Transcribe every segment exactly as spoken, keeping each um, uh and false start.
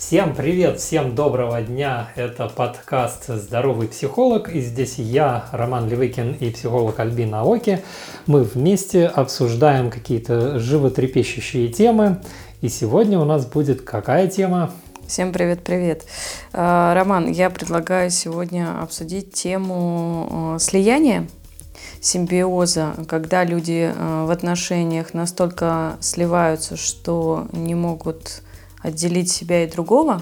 Всем привет, всем доброго дня. Это подкаст «Здоровый психолог». И здесь я, Роман Левыкин, и психолог Альбина Оки. Мы вместе обсуждаем какие-то животрепещущие темы. И сегодня у нас будет какая тема? Всем привет-привет. Роман, я предлагаю сегодня обсудить тему слияния, симбиоза, когда люди в отношениях настолько сливаются, что не могут отделить себя и другого.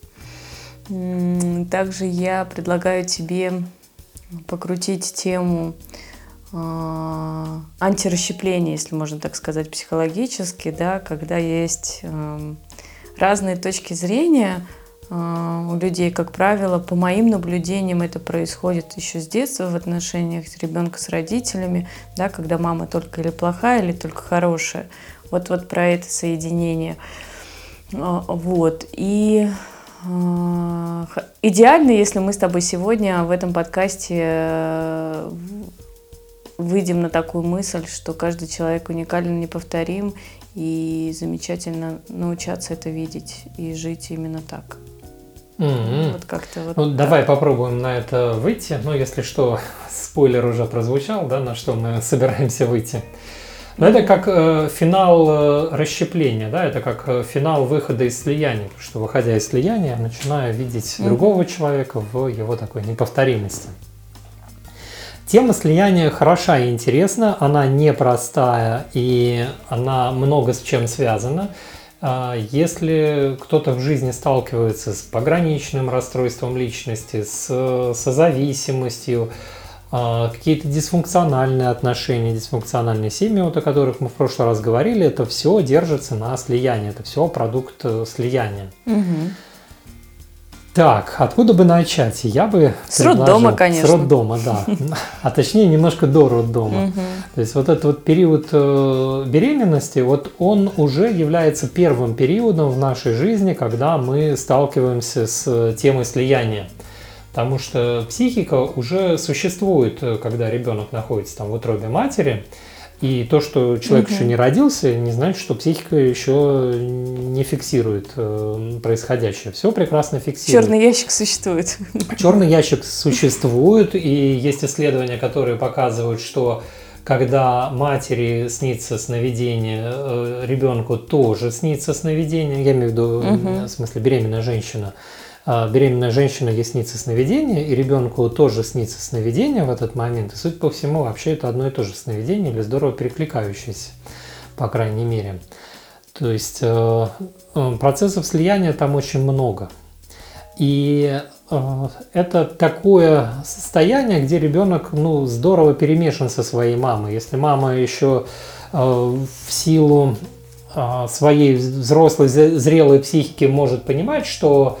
Также я предлагаю тебе покрутить тему э, антирасщепления, если можно так сказать, психологически, да, когда есть э, разные точки зрения э, у людей, как правило, по моим наблюдениям это происходит еще с детства в отношениях ребенка с родителями, да, когда мама только или плохая, или только хорошая. Вот, вот про это соединение. Вот. И э, идеально, если мы с тобой сегодня в этом подкасте э, выйдем на такую мысль, что каждый человек уникален, неповторим, и замечательно научаться это видеть и жить именно так. Mm-hmm. Вот как-то вот ну, так. Давай попробуем на это выйти. Ну, если что, спойлер уже прозвучал, да, на что мы собираемся выйти. Но это как э, финал э, расщепления, да, это как э, финал выхода из слияния, потому что, выходя из слияния, я начинаю видеть mm-hmm. другого человека в его такой неповторимости. Тема слияния хороша и интересна, она непростая и она много с чем связана. Если кто-то в жизни сталкивается с пограничным расстройством личности, с созависимостью, какие-то дисфункциональные отношения, дисфункциональные семьи, вот о которых мы в прошлый раз говорили, это все держится на слиянии, это все продукт слияния. Угу. Так, откуда бы начать? Я бы С роддома, конечно. С роддома, да. А точнее, немножко до роддома. Угу. То есть вот этот вот период беременности, вот он уже является первым периодом в нашей жизни, когда мы сталкиваемся с темой слияния. Потому что психика уже существует, когда ребенок находится там в утробе матери. И то, что человек угу. еще не родился, не значит, что психика еще не фиксирует происходящее. Все прекрасно фиксирует. Черный ящик существует. Черный ящик существует, и есть исследования, которые показывают, что когда матери снится сновидение, ребенку тоже снится сновидение, я имею в виду, угу. в смысле, беременная женщина, беременная женщина, ей снится сновидение, и ребенку тоже снится сновидение в этот момент. И, судя по всему, вообще это одно и то же сновидение, или здорово перекликающееся, по крайней мере. То есть процессов слияния там очень много. И это такое состояние, где ребенок ну, здорово перемешан со своей мамой. Если мама еще в силу своей взрослой, зрелой психики может понимать, что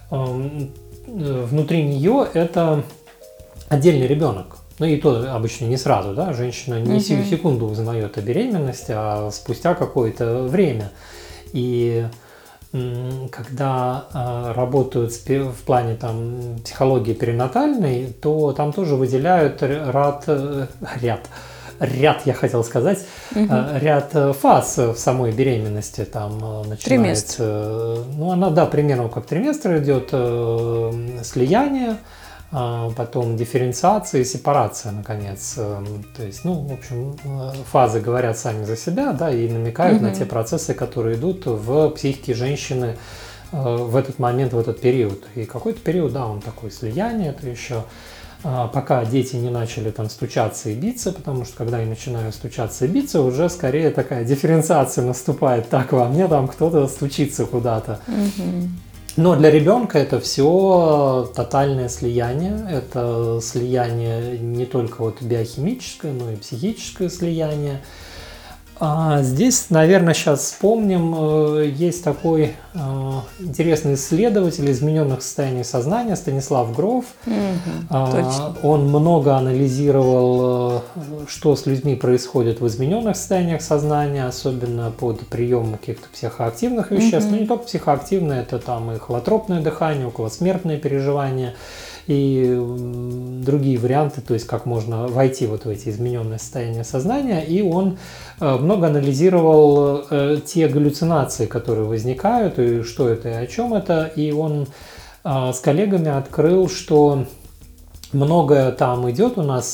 внутри нее это отдельный ребенок. Ну и то обычно не сразу, да, женщина не сию секунду узнает о беременности, а спустя какое-то время. И когда э, работают в плане там, психологии перинатальной, то там тоже выделяют ряд, ряд, ряд я хотел сказать, угу. ряд фаз в самой беременности. Там начинается, триместр. Ну, она, да, примерно как триместр идет э, слияние, э, потом дифференциация и сепарация, наконец. То есть, ну, в общем, фазы говорят сами за себя, да, и намекают угу. на те процессы, которые идут в психике женщины э, в этот момент, в этот период. И какой-то период, да, он такой слияние, это еще пока дети не начали там стучаться и биться, потому что когда я начинаю стучаться и биться, уже скорее такая дифференциация наступает. Так, во мне там кто-то стучится куда-то. Mm-hmm. Но для ребенка это все тотальное слияние. Это слияние не только вот биохимическое, но и психическое слияние. А здесь, наверное, сейчас вспомним, есть такой э, интересный исследователь измененных состояний сознания Станислав Гроф. Mm-hmm, а, он много анализировал, что с людьми происходит в измененных состояниях сознания, особенно под приемом каких-то психоактивных веществ. Mm-hmm. Но не только психоактивные, это там и холотропное дыхание, околосмертные переживания. и другие варианты, то есть как можно войти вот в эти измененные состояния сознания. И он много анализировал те галлюцинации, которые возникают, и что это, и о чем это. И он с коллегами открыл, что многое там идет у нас,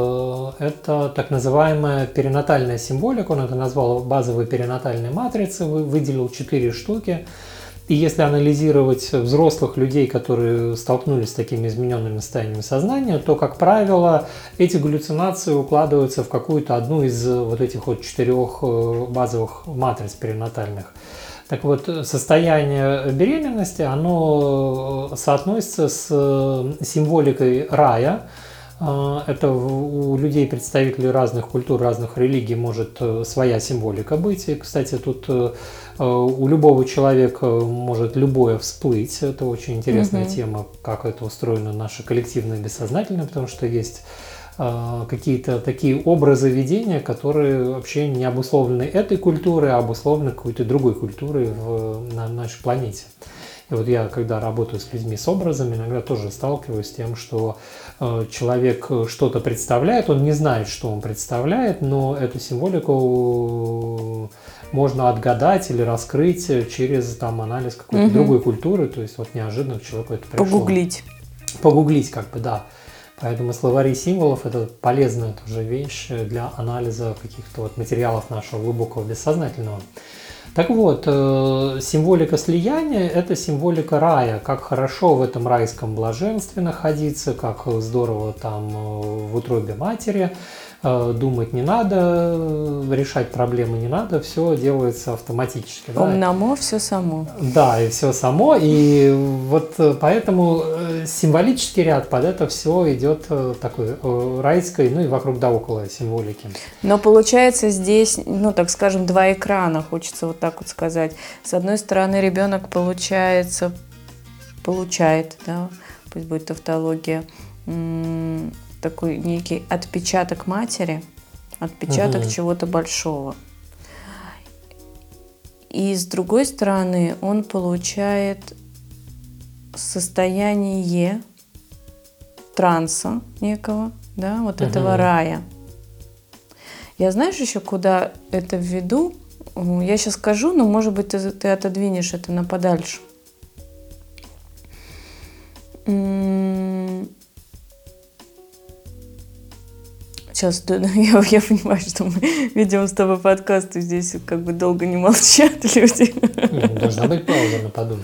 это так называемая перинатальная символика, он это назвал базовой перинатальной матрицей, выделил четыре штуки. И если анализировать взрослых людей, которые столкнулись с такими измененными состояниями сознания, то, как правило, эти галлюцинации укладываются в какую-то одну из вот этих вот четырех базовых матриц перинатальных. Так вот, состояние беременности, оно соотносится с символикой рая. Это у людей, представителей разных культур, разных религий, может своя символика быть. И, кстати, тут у любого человека может любое всплыть. Это очень интересная mm-hmm. тема, как это устроено наше коллективное бессознательное, потому что есть какие-то такие образы видения, которые вообще не обусловлены этой культурой, а обусловлены какой-то другой культурой в, на нашей планете. И вот я, когда работаю с людьми с образами, иногда тоже сталкиваюсь с тем, что э, человек что-то представляет, он не знает, что он представляет, но эту символику можно отгадать или раскрыть через там, анализ какой-то угу. другой культуры, то есть вот неожиданно к человеку это пришло. Погуглить. Погуглить, как бы, да. Поэтому словари символов – это полезная тоже вещь для анализа каких-то вот материалов нашего глубокого бессознательного. Так вот, символика слияния – это символика рая, как хорошо в этом райском блаженстве находиться, как здорово там в утробе матери, думать не надо, решать проблемы не надо, все делается автоматически. Ом намо, все само. Да, и все само, и вот поэтому символический ряд под это все идет такой райской, ну и вокруг да около символики. Но получается здесь, ну так скажем, два экрана, хочется вот так вот сказать. С одной стороны, ребенок получается, получает, да, пусть будет тавтология, такой некий отпечаток матери, отпечаток угу. чего-то большого. И с другой стороны, он получает состояние транса некого, да, вот угу. этого рая. Я знаешь еще, куда это введу? Я сейчас скажу, но, может быть, ты, ты отодвинешь это на подальше. Сейчас я, я понимаю, что мы ведем с тобой подкаст, и здесь как бы долго не молчат люди. Должна быть пауза на подумать.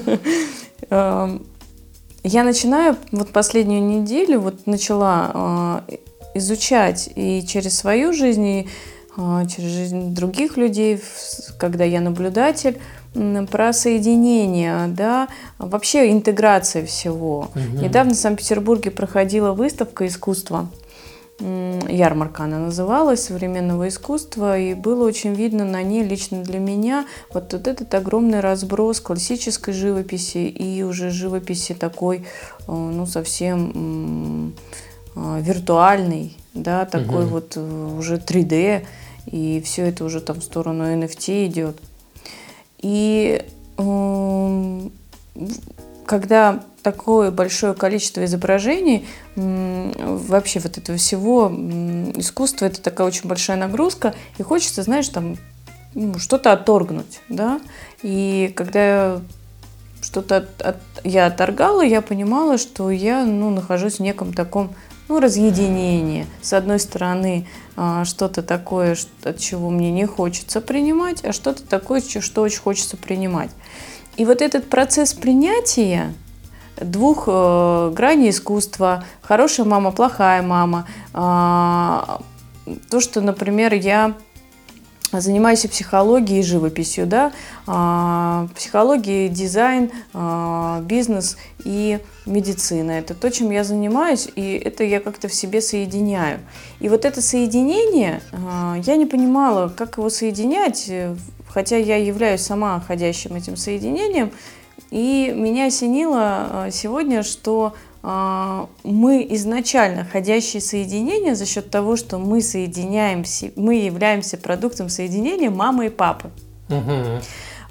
Я начинаю, вот последнюю неделю вот начала изучать и через свою жизнь, и через жизнь других людей, когда я наблюдатель, про соединение, да, вообще интеграция всего. Угу. Недавно в Санкт-Петербурге проходила выставка искусства. Ярмарка она называлась, современного искусства, и было очень видно на ней лично для меня вот, вот этот огромный разброс классической живописи и уже живописи такой, ну, совсем виртуальной, да, такой угу. вот уже три дэ, и все это уже там в сторону эн эф ти идет. И э, когда такое большое количество изображений, вообще вот этого всего искусства, это такая очень большая нагрузка, и хочется, знаешь, там ну, что-то отторгнуть, да, и когда что-то от, от, я отторгала, я понимала, что я, ну, нахожусь в неком таком, ну, разъединении. С одной стороны, что-то такое, от чего мне не хочется принимать, а что-то такое, что очень хочется принимать. И вот этот процесс принятия двух э, граней искусства, хорошая мама, плохая мама, э, то, что, например, я занимаюсь психологией и живописью, да, э, психология, дизайн, э, бизнес и медицина. Это то, чем я занимаюсь, и это я как-то в себе соединяю. И вот это соединение, э, я не понимала, как его соединять, хотя я являюсь сама ходящим этим соединением. И меня осенило сегодня, что мы изначально ходящие соединения за счет того, что мы соединяемся, мы являемся продуктом соединения мамы и папы. Угу.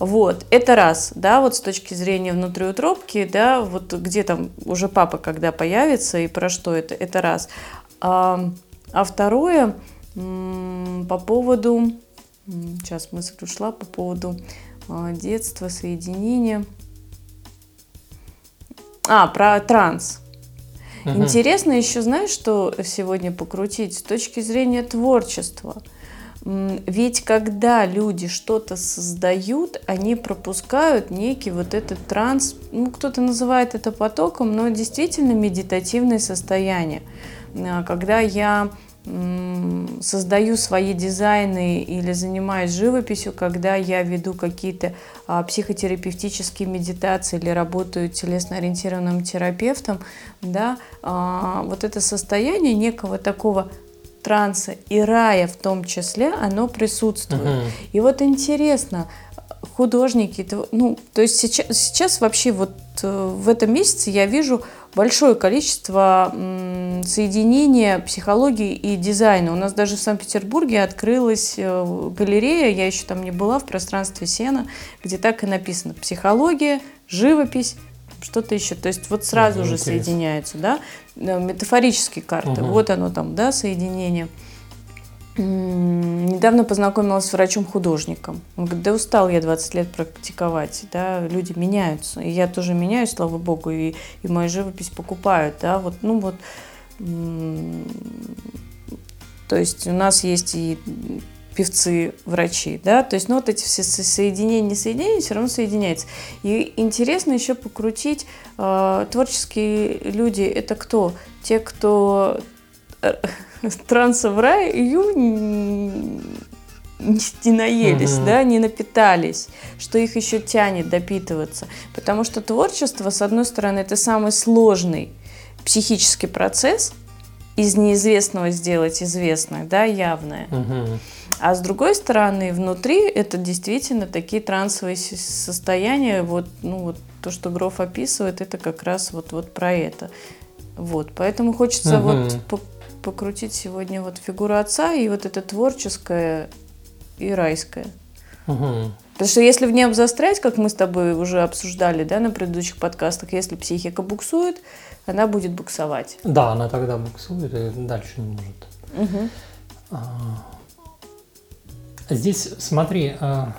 Вот, это раз, да, вот с точки зрения внутриутробки, да, вот где там уже папа когда появится и про что это, это раз. А, а второе, м- по поводу, м- сейчас мысль ушла, по поводу а, детства, соединения. А, про транс. Угу. Интересно еще, знаешь, что сегодня покрутить с точки зрения творчества. Ведь когда люди что-то создают, они пропускают некий вот этот транс, ну, кто-то называет это потоком, но действительно медитативное состояние. Когда я создаю свои дизайны или занимаюсь живописью, когда я веду какие-то а, психотерапевтические медитации или работаю телесно-ориентированным терапевтом, да, а, вот это состояние некого такого транса и рая в том числе, оно присутствует. Uh-huh. И вот интересно, художники, ну, то есть сейчас, сейчас вообще вот в этом месяце я вижу большое количество м, соединения психологии и дизайна. У нас даже в Санкт-Петербурге открылась галерея, я еще там не была, в пространстве Сена, где так и написано: психология, живопись, что-то еще. То есть вот сразу mm, же интересно. Соединяются, да, метафорические карты. Uh-huh. Вот оно там, да, соединение. Недавно познакомилась с врачом-художником. Он говорит: да устал я двадцать лет практиковать, да, люди меняются. И я тоже меняюсь, слава богу, и, и мою живопись покупают, да, вот, ну вот. То есть у нас есть и певцы, врачи, да, то есть, ну, вот эти все соединения, соединения все равно соединяются. И интересно еще покрутить, э, творческие люди — это кто? Те, кто транса в раю не наелись, uh-huh. да, не напитались, что их еще тянет допитываться. Потому что творчество, с одной стороны, это самый сложный психический процесс, из неизвестного сделать известное, да, явное. Uh-huh. А с другой стороны, внутри это действительно такие трансовые состояния. Вот, ну, вот то, что Гроф описывает, это как раз вот, вот про это. Вот, поэтому хочется uh-huh. вот покрутить сегодня вот фигуру отца и вот это творческое и райское. Uh-huh. Потому что если в нем застрять, как мы с тобой уже обсуждали, да, на предыдущих подкастах, если психика буксует, она будет буксовать. Да, она тогда буксует и дальше не может. Uh-huh. А, здесь, смотри... А...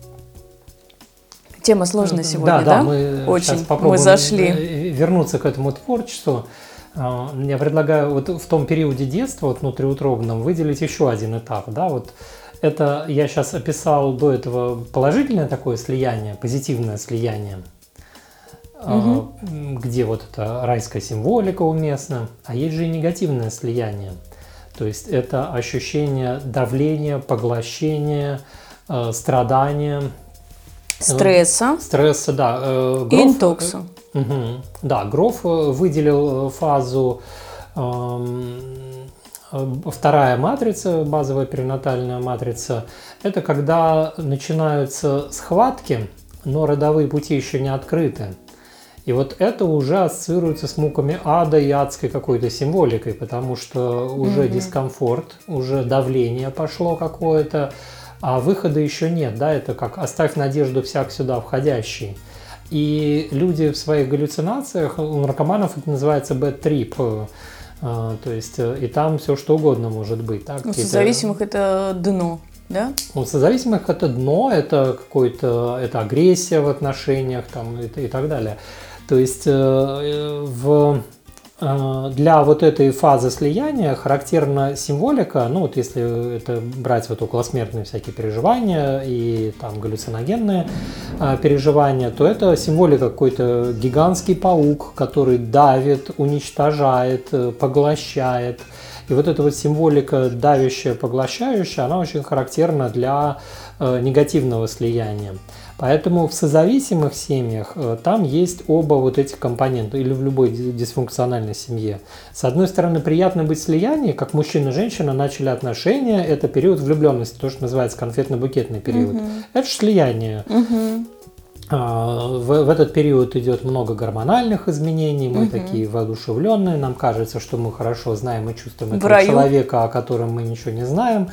Тема сложная сегодня, да? Да, да, мы очень. Сейчас попробуем мы зашли. вернуться к этому творчеству. Я предлагаю вот в том периоде детства, вот внутриутробном, выделить еще один этап. Да? Вот это я сейчас описал до этого положительное такое слияние, позитивное слияние, угу. где вот эта райская символика уместна, а есть же и негативное слияние. То есть это ощущение давления, поглощения, страдания. Стресса. Стресса, да. Гроф, интокса. Угу. Да, Гроф выделил фазу э, вторая матрица, базовая перинатальная матрица. Это когда начинаются схватки, но родовые пути еще не открыты. И вот это уже ассоциируется с муками ада и адской какой-то символикой, потому что уже угу. дискомфорт, уже давление пошло какое-то, а выхода еще нет, да, это как «оставь надежду всяк сюда входящий». И люди в своих галлюцинациях, у наркоманов это называется bad trip, то есть и там все что угодно может быть. Так? У созависимых это дно, да? У созависимых это дно, это какой-то, это агрессия в отношениях там, и, и так далее. То есть в... Для вот этой фазы слияния характерна символика, ну вот если это брать вот околосмертные всякие переживания и там галлюциногенные а, переживания, то это символика какой-то гигантский паук, который давит, уничтожает, поглощает. И вот эта вот символика давящая, поглощающая, она очень характерна для э, негативного слияния. Поэтому в созависимых семьях э, там есть оба вот эти компонента, или в любой дисфункциональной семье. С одной стороны, приятно быть в слиянии, как мужчина и женщина начали отношения, это период влюбленности, то, что называется конфетно-букетный период. Uh-huh. Это же слияние. Uh-huh. В, в этот период идет много гормональных изменений, мы угу. такие воодушевленные, нам кажется, что мы хорошо знаем и чувствуем этого человека, о котором мы ничего не знаем.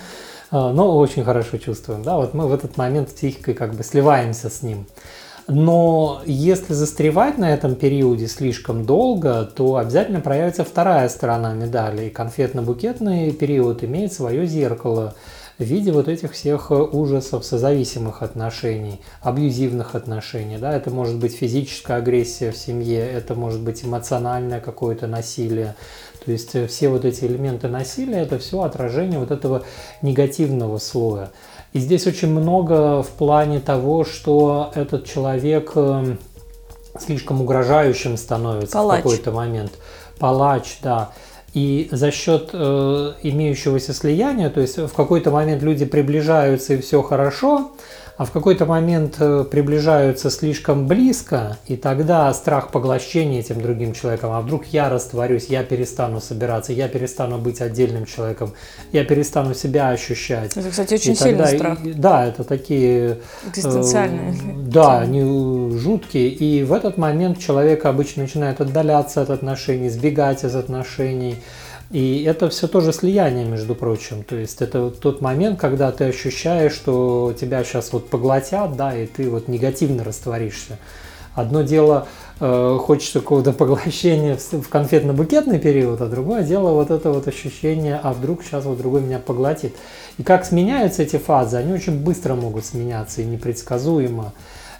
но очень хорошо чувствуем, да, вот мы в этот момент психикой как бы сливаемся с ним. Но если застревать на этом периоде слишком долго, то обязательно проявится вторая сторона медали. И конфетно-букетный период имеет свое зеркало в виде вот этих всех ужасов созависимых отношений, абьюзивных отношений. Да? Это может быть физическая агрессия в семье, это может быть эмоциональное какое-то насилие. То есть все вот эти элементы насилия – это все отражение вот этого негативного слоя. И здесь очень много в плане того, что этот человек слишком угрожающим становится Палач. в какой-то момент. Палач, да. И за счет э, имеющегося слияния, то есть в какой-то момент люди приближаются и все хорошо, а в какой-то момент приближаются слишком близко, и тогда страх поглощения этим другим человеком, а вдруг я растворюсь, я перестану собираться, я перестану быть отдельным человеком, я перестану себя ощущать. Это, кстати, очень и сильный тогда, страх. И, да, это такие... Экзистенциальные. Э, да, они жуткие, и в этот момент человек обычно начинает отдаляться от отношений, сбегать из отношений. И это все тоже слияние, между прочим. То есть это вот тот момент, когда ты ощущаешь, что тебя сейчас вот поглотят, да, и ты вот негативно растворишься. Одно дело, э, хочется какого-то поглощения в конфетно-букетный период, а другое дело вот это вот ощущение, а вдруг сейчас вот другой меня поглотит. И как сменяются эти фазы, они очень быстро могут сменяться и непредсказуемо.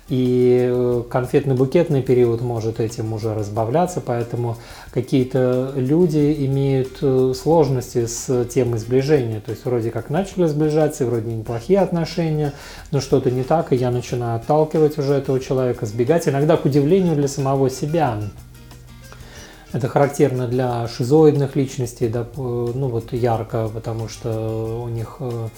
И конфетно-букетный период может этим уже разбавляться, поэтому какие-то люди имеют сложности с темой сближения. То есть вроде как начали сближаться, и вроде неплохие отношения, но что-то не так, и я начинаю отталкивать уже этого человека, сбегать, иногда к удивлению для самого себя. Это характерно для шизоидных личностей, да, ну вот ярко, потому что у них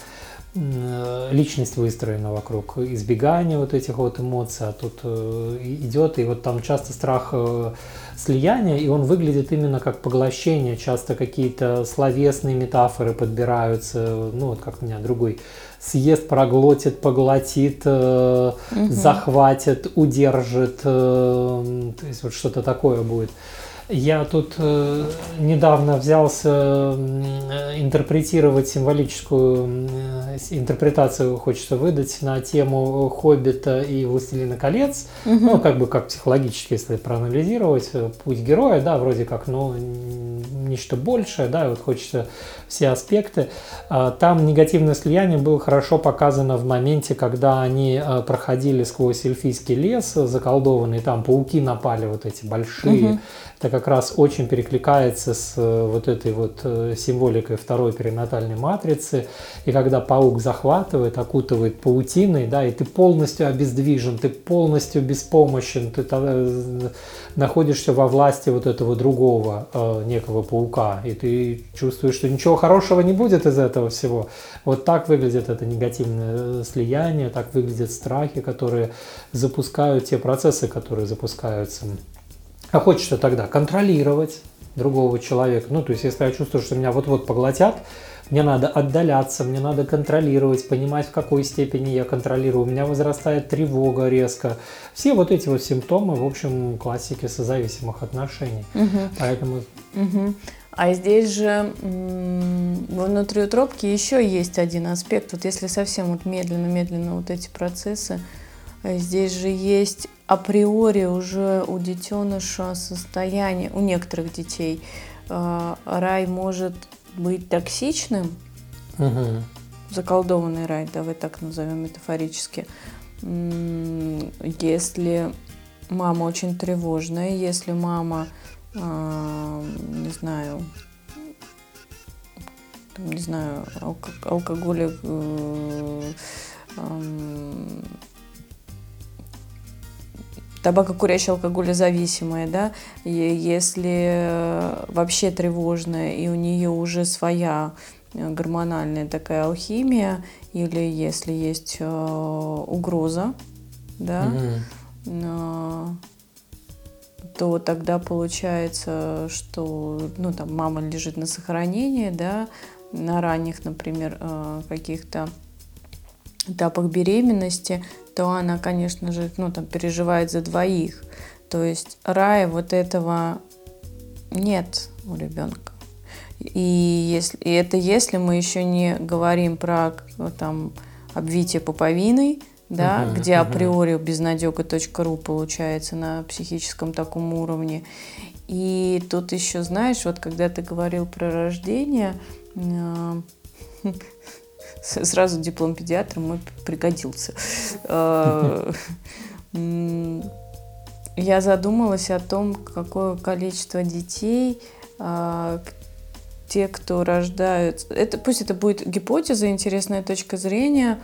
личность выстроена вокруг избегания вот этих вот эмоций, а тут идет, и вот там часто страх слияния, и он выглядит именно как поглощение, часто какие-то словесные метафоры подбираются, ну вот как у меня другой, съест, проглотит, поглотит, угу. захватит, удержит, то есть вот что-то такое будет. Я тут э, недавно взялся э, интерпретировать символическую э, интерпретацию, хочется выдать на тему «Хоббита» и «Властелина колец». Угу. Ну, как бы как психологически, если проанализировать, путь героя, да, вроде как, ну, нечто большее, да, и вот хочется все аспекты. Там негативное слияние было хорошо показано в моменте, когда они проходили сквозь эльфийский лес заколдованный, там пауки напали вот эти большие. Угу. Это как раз очень перекликается с вот этой вот символикой второй перинатальной матрицы. И когда паук захватывает, окутывает паутиной, да, и ты полностью обездвижен, ты полностью беспомощен, ты находишься во власти вот этого другого э, некого паука, и ты чувствуешь, что ничего хорошего не будет из этого всего. Вот так выглядит это негативное слияние, так выглядят страхи, которые запускают те процессы, которые запускаются. А хочется тогда контролировать другого человека. Ну, то есть, если я чувствую, что меня вот-вот поглотят, мне надо отдаляться, мне надо контролировать, понимать, в какой степени я контролирую. У меня возрастает тревога резко. Все вот эти вот симптомы, в общем, классики созависимых отношений. Угу. Поэтому... Угу. А здесь же внутри утробки еще есть один аспект. Вот если совсем вот медленно-медленно вот эти процессы, здесь же есть априори уже у детеныша состояние, у некоторых детей рай может быть токсичным, угу. заколдованный рай, давай так назовем метафорически, если мама очень тревожная, если мама, не знаю, не знаю, алкоголик, табакокурящая, алкоголезависимая, да, и если вообще тревожная, и у нее уже своя гормональная такая алхимия, или если есть угроза, да, mm-hmm. то тогда получается, что, ну, там, мама лежит на сохранении, да, на ранних, например, каких-то этапах беременности, то она, конечно же, ну, там, переживает за двоих. То есть рая вот этого нет у ребенка. И, если, и это если мы еще не говорим про там, обвитие пуповиной, да, uh-huh, где априори безнадега точка ру получается на психическом таком уровне. И тут еще, знаешь, вот когда ты говорил про рождение, сразу диплом педиатра мой пригодился. Я задумалась о том, какое количество детей, те, кто рождаются, это, пусть это будет гипотеза, интересная точка зрения,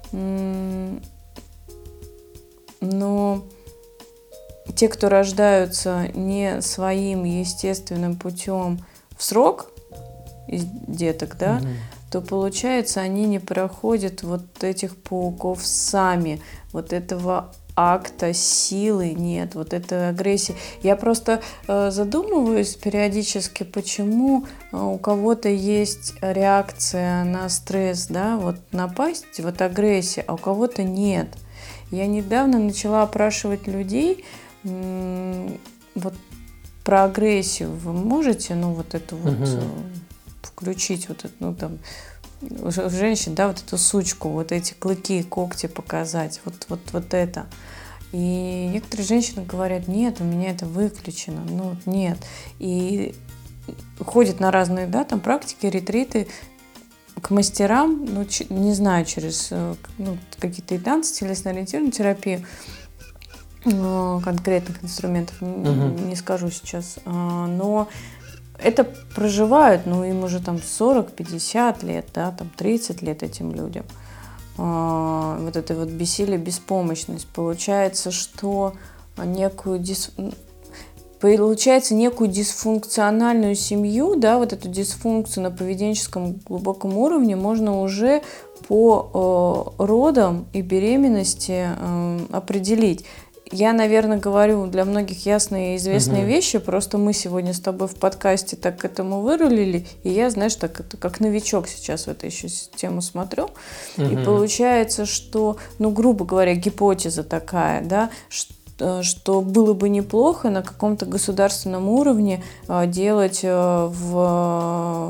но те, кто рождаются не своим естественным путем в срок из деток, да, угу. то получается, они не проходят вот этих пауков сами, вот этого акта силы нет, вот этой агрессии. Я просто э, задумываюсь периодически, почему э, у кого-то есть реакция на стресс, да, вот напасть, вот агрессия, а у кого-то нет. Я недавно начала опрашивать людей м- вот про агрессию. Вы можете, ну, вот эту вот uh-huh. включить, вот эту, ну, там, у женщин, да, вот эту сучку, вот эти клыки, когти показать, вот, вот, вот это. И некоторые женщины говорят, нет, у меня это выключено, ну, нет. И ходят на разные, да, там, практики, ретриты к мастерам, ну, ч- не знаю, через ну, какие-то и танцы, телесно-ориентированную терапию, конкретных инструментов uh-huh. не, не скажу сейчас, но это проживают, ну, им уже там сорок-пятьдесят лет, да, там тридцать лет этим людям. А, вот это вот бессилие, беспомощность. Получается, что некую дис... получается, некую дисфункциональную семью, да, вот эту дисфункцию на поведенческом глубоком уровне можно уже по э, родам и беременности э, определить. Я, наверное, говорю для многих ясные и известные uh-huh. вещи, просто мы сегодня с тобой в подкасте так к этому вырулили, и я, знаешь, так это как новичок сейчас в эту еще тему смотрю, uh-huh. и получается, что, ну, грубо говоря, гипотеза такая, да, что, что было бы неплохо на каком-то государственном уровне делать в...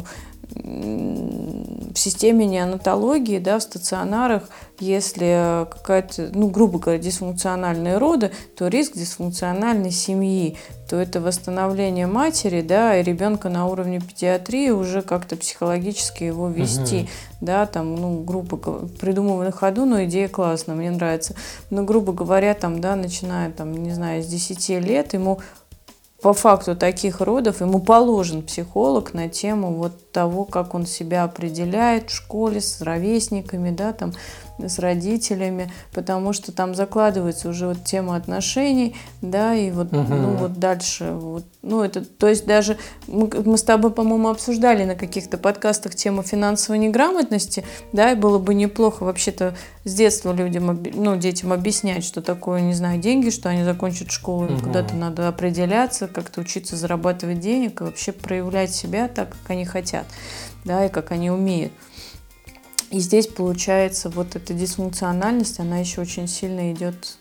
в системе неонатологии, да, в стационарах, если какая-то, ну, грубо говоря, дисфункциональные роды, то риск дисфункциональной семьи, то это восстановление матери, да, и ребенка на уровне педиатрии уже как-то психологически его вести, угу. да, там, ну, грубо говоря, придумываю на ходу, но идея классная, мне нравится, но, грубо говоря, там, да, начиная, там, не знаю, с десяти лет ему по факту таких родов ему положен психолог на тему вот того, как он себя определяет в школе с ровесниками, да, там, с родителями, потому что там закладывается уже вот тема отношений, да, и вот, угу. ну, вот дальше, вот, ну, это, то есть даже мы, мы с тобой, по-моему, обсуждали на каких-то подкастах тему финансовой неграмотности, да, и было бы неплохо вообще-то с детства людям, ну, детям объяснять, что такое, не знаю, деньги, что они закончат школу, угу. куда-то надо определяться, как-то учиться зарабатывать денег и вообще проявлять себя так, как они хотят, да, и как они умеют. И здесь, получается, вот эта дисфункциональность, она еще очень сильно идет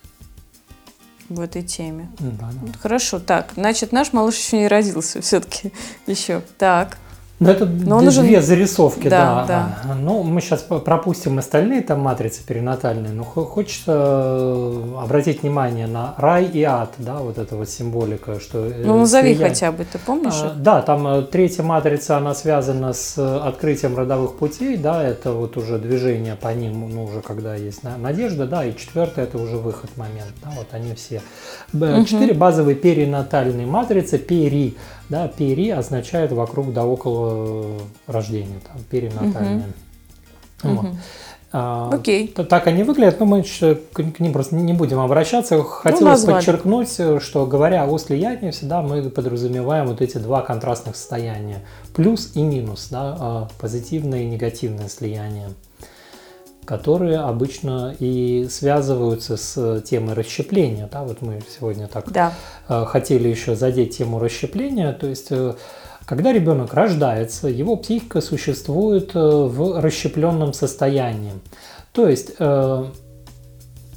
в этой теме. Да, да. Хорошо, так, значит, наш малыш еще не родился все-таки еще. Так. Ну, это Но две уже... зарисовки, да, да. да. Ну, мы сейчас пропустим остальные там матрицы перинатальные, но хочется обратить внимание на рай и ад, да, вот эта вот символика, что... Ну, назови слияние. Хотя бы, ты помнишь? А, да, там третья матрица, она связана с открытием родовых путей, да, это вот уже движение по ним, ну, уже когда есть надежда, да, и четвертая это уже выход момент, да, вот они все. Четыре угу. базовые перинатальные матрицы, пери, да, пери означает вокруг да около рождения, там, перинатальные. Угу. Вот. Угу. А, Окей. Так они выглядят, но мы к ним просто не будем обращаться. Хотелось ну, подчеркнуть, что говоря о слиянии, всегда мы подразумеваем вот эти два контрастных состояния. Плюс и минус, да, позитивное и негативное слияние, которые обычно и связываются с темой расщепления. Да? Вот мы сегодня так да. хотели еще задеть тему расщепления. То есть, когда ребенок рождается, его психика существует в расщепленном состоянии. То есть,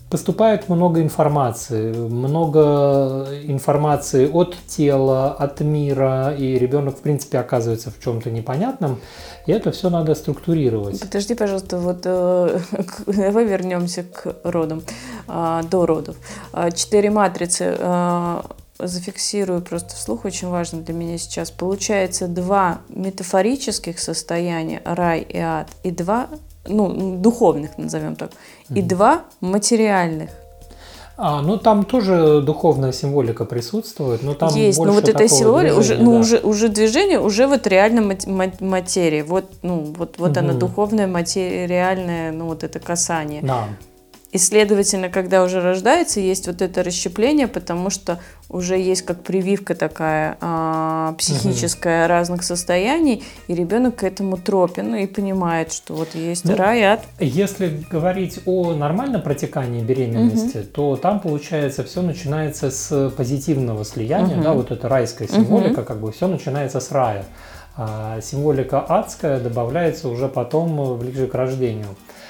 поступает много информации, много информации от тела, от мира, и ребенок, в принципе, оказывается в чем-то непонятном, и это все надо структурировать. Подожди, пожалуйста, вот э, давай вернемся к родам, э, до родов. Четыре матрицы, э, зафиксирую просто вслух, очень важно для меня сейчас. Получается два метафорических состояния, рай и ад, и два, ну, духовных, назовем так, и mm-hmm. два материальных. А, ну там тоже духовная символика присутствует, но там есть, больше но вот эта символика, уже, да. ну, уже, уже движение, уже вот реально материя, вот, ну, вот, вот mm-hmm. она духовная, материальная, ну, вот это касание. Да. И, следовательно, когда уже рождается, есть вот это расщепление, потому что уже есть как прививка такая а, психическая угу. разных состояний, и ребенок к этому тропен, ну, и понимает, что вот есть ну, рай, ад. Если говорить о нормальном протекании беременности, угу. то там, получается, все начинается с позитивного слияния, угу. да, вот эта райская символика, угу. как бы все начинается с рая. А символика адская добавляется уже потом ближе к рождению.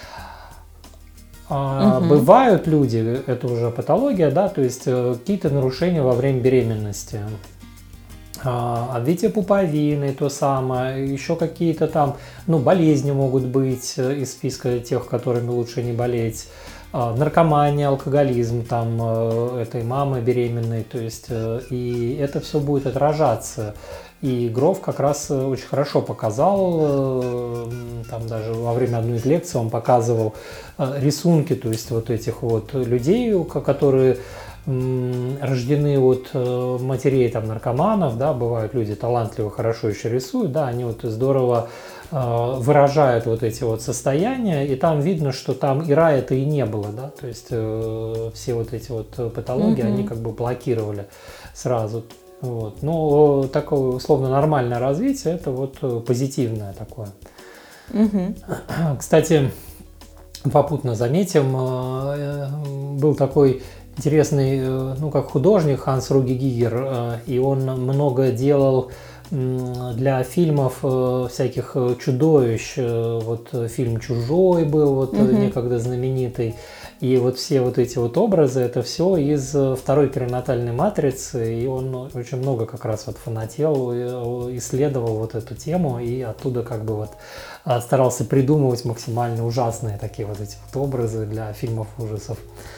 Uh-huh. Бывают люди, это уже патология, да, то есть какие-то нарушения во время беременности, отбитие пуповины, то самое, еще какие-то там, ну, болезни могут быть из списка тех, которыми лучше не болеть, наркомания, алкоголизм там этой мамы беременной, то есть и это все будет отражаться. И Гроф как раз очень хорошо показал, там даже во время одной из лекций он показывал рисунки, то есть вот этих вот людей, которые рождены от матерей там наркоманов, да, бывают люди талантливо, хорошо еще рисуют, да, они вот здорово выражают вот эти вот состояния, и там видно, что там и рая-то и не было, да, то есть все вот эти вот патологии, mm-hmm. они как бы блокировали сразу. Вот. Но такое условно нормальное развитие, это вот позитивное такое. Угу. Кстати, попутно заметим, был такой интересный, ну, как художник Ханс Руги Гигер, и он много делал для фильмов всяких чудовищ. Вот фильм «Чужой» был вот угу. некогда знаменитый. И вот все вот эти вот образы, это все из второй перинатальной матрицы, и он очень много как раз вот фанател, исследовал вот эту тему, и оттуда как бы вот старался придумывать максимально ужасные такие вот эти вот образы для фильмов ужасов.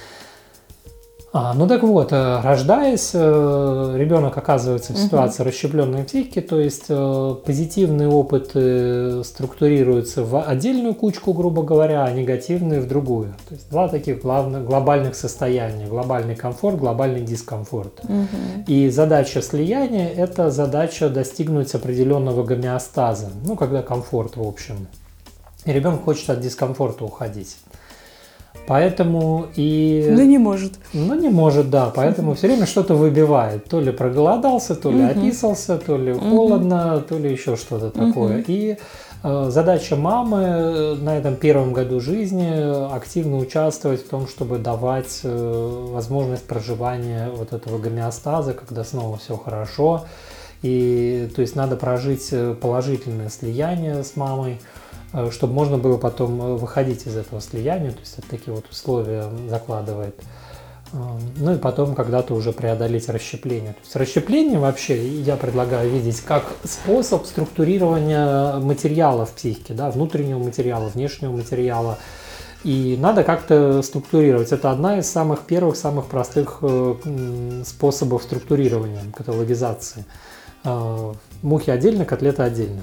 А, ну так вот, рождаясь, ребенок оказывается в ситуации uh-huh. расщепленной психики, то есть позитивные опыты структурируются в отдельную кучку, грубо говоря, а негативные в другую. То есть два таких главных, глобальных состояния: глобальный комфорт, глобальный дискомфорт. Uh-huh. И задача слияния – это задача достигнуть определенного гомеостаза, ну когда комфорт в общем. И ребенок хочет от дискомфорта уходить. Поэтому и... Ну не может. Ну не может, да. Поэтому все время что-то выбивает. То ли проголодался, то ли описался, то ли холодно, то ли еще что-то такое. И э, задача мамы на этом первом году жизни активно участвовать в том, чтобы давать э, возможность проживания вот этого гомеостаза, когда снова все хорошо. И то есть надо прожить положительное слияние с мамой, чтобы можно было потом выходить из этого слияния, то есть это такие вот условия закладывает. Ну и потом когда-то уже преодолеть расщепление. То есть расщепление вообще я предлагаю видеть как способ структурирования материала в психике, да, внутреннего материала, внешнего материала. И надо как-то структурировать. Это одна из самых первых, самых простых способов структурирования, каталогизации. Мухи отдельно, котлеты отдельно.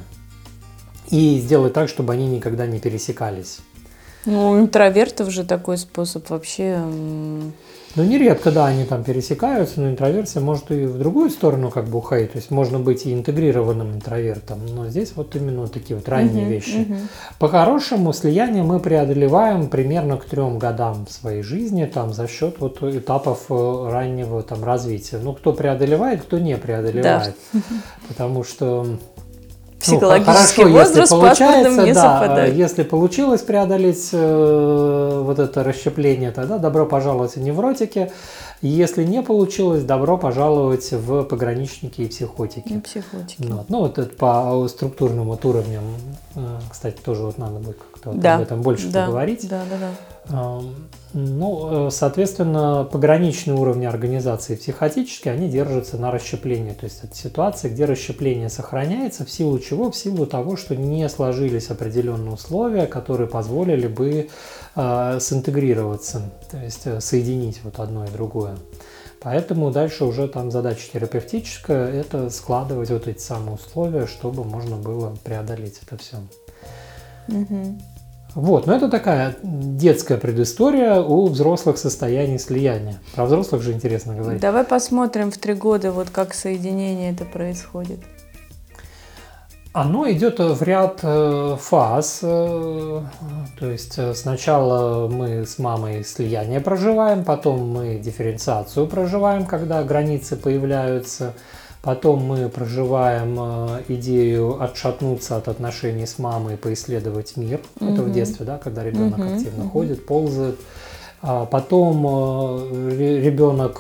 И сделать так, чтобы они никогда не пересекались. Ну, у интровертов же такой способ вообще... Ну, нередко, да, они там пересекаются, но интроверсия может и в другую сторону как бы уходить. То есть можно быть и интегрированным интровертом, но здесь вот именно вот такие вот ранние uh-huh, вещи. Uh-huh. По-хорошему, слияние мы преодолеваем примерно к трем годам своей жизни там, за счет вот этапов раннего там, развития. Ну, кто преодолевает, кто не преодолевает. Да. Потому что... Психологический ну, хорошо, возраст с паспортным не да, совпадает. Если получилось преодолеть э, вот это расщепление, тогда добро пожаловать в невротики. Если не получилось, добро пожаловать в пограничники и психотики. И психотики. Вот. Ну, вот это по структурным вот уровням, э, кстати, тоже вот надо будет как-то как-то вот да. об этом больше да. поговорить. Да, да, да. Ну, соответственно, пограничные уровни организации психотические, они держатся на расщеплении. То есть это ситуация, где расщепление сохраняется, в силу чего? В силу того, что не сложились определенные условия, которые позволили бы э, синтегрироваться, то есть соединить вот одно и другое. Поэтому дальше уже там задача терапевтическая – это складывать вот эти самые условия, чтобы можно было преодолеть это все. Угу. Вот, но это такая детская предыстория о взрослых состояниях слияния. Про взрослых же интересно говорить. Давай посмотрим в три года, вот как соединение это происходит. Оно идет в ряд фаз. То есть сначала мы с мамой слияние проживаем, потом мы дифференциацию проживаем, когда границы появляются. Потом мы проживаем идею отшатнуться от отношений с мамой и поисследовать мир. Uh-huh. Это в детстве, да, когда ребенок uh-huh. активно uh-huh. ходит, ползает. А потом ребенок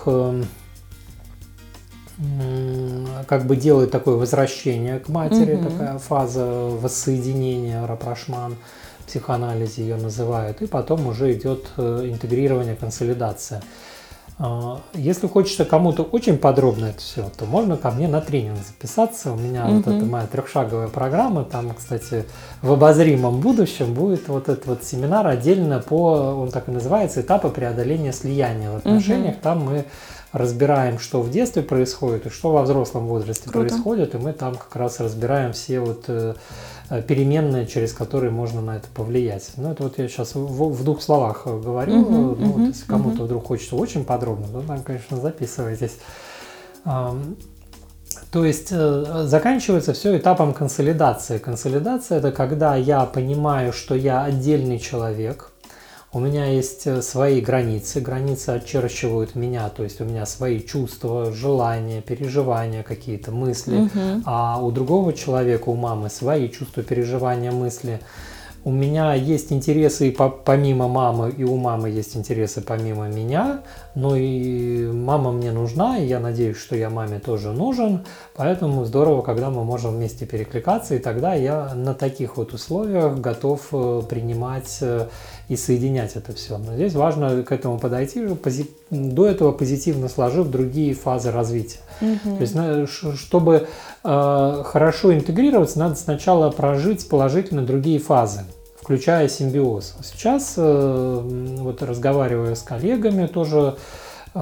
как бы делает такое возвращение к матери, uh-huh. такая фаза воссоединения, рапрошман, в психоанализе ее называют. И потом уже идет интегрирование, консолидация. Если хочется кому-то очень подробно это все, то можно ко мне на тренинг записаться. У меня uh-huh. вот эта моя трехшаговая программа. Там, кстати, в обозримом будущем будет вот этот вот семинар отдельно по, он так и называется, этапы преодоления слияния в отношениях. Uh-huh. Там мы разбираем, что в детстве происходит и что во взрослом возрасте Круто. Происходит. И мы там как раз разбираем все вот переменные, через которые можно на это повлиять. Ну, это вот я сейчас в, в двух словах говорю. Uh-huh, ну, uh-huh, вот, если кому-то uh-huh. вдруг хочется очень подробно, то там, конечно, записывайтесь. То есть заканчивается все этапом консолидации. Консолидация – это когда я понимаю, что я отдельный человек, у меня есть свои границы, границы очерчивают меня, то есть у меня свои чувства, желания, переживания, какие-то мысли, uh-huh. а у другого человека, у мамы, свои чувства, переживания, мысли. У меня есть интересы и помимо мамы, и у мамы есть интересы помимо меня, но и мама мне нужна, и я надеюсь, что я маме тоже нужен, поэтому здорово, когда мы можем вместе перекликаться, и тогда я на таких вот условиях готов принимать и соединять это все. Но здесь важно к этому подойти, до этого позитивно сложив другие фазы развития. Mm-hmm. То есть, чтобы э, хорошо интегрироваться, надо сначала прожить положительно другие фазы, включая симбиоз. Сейчас, э, вот разговаривая с коллегами, тоже, э,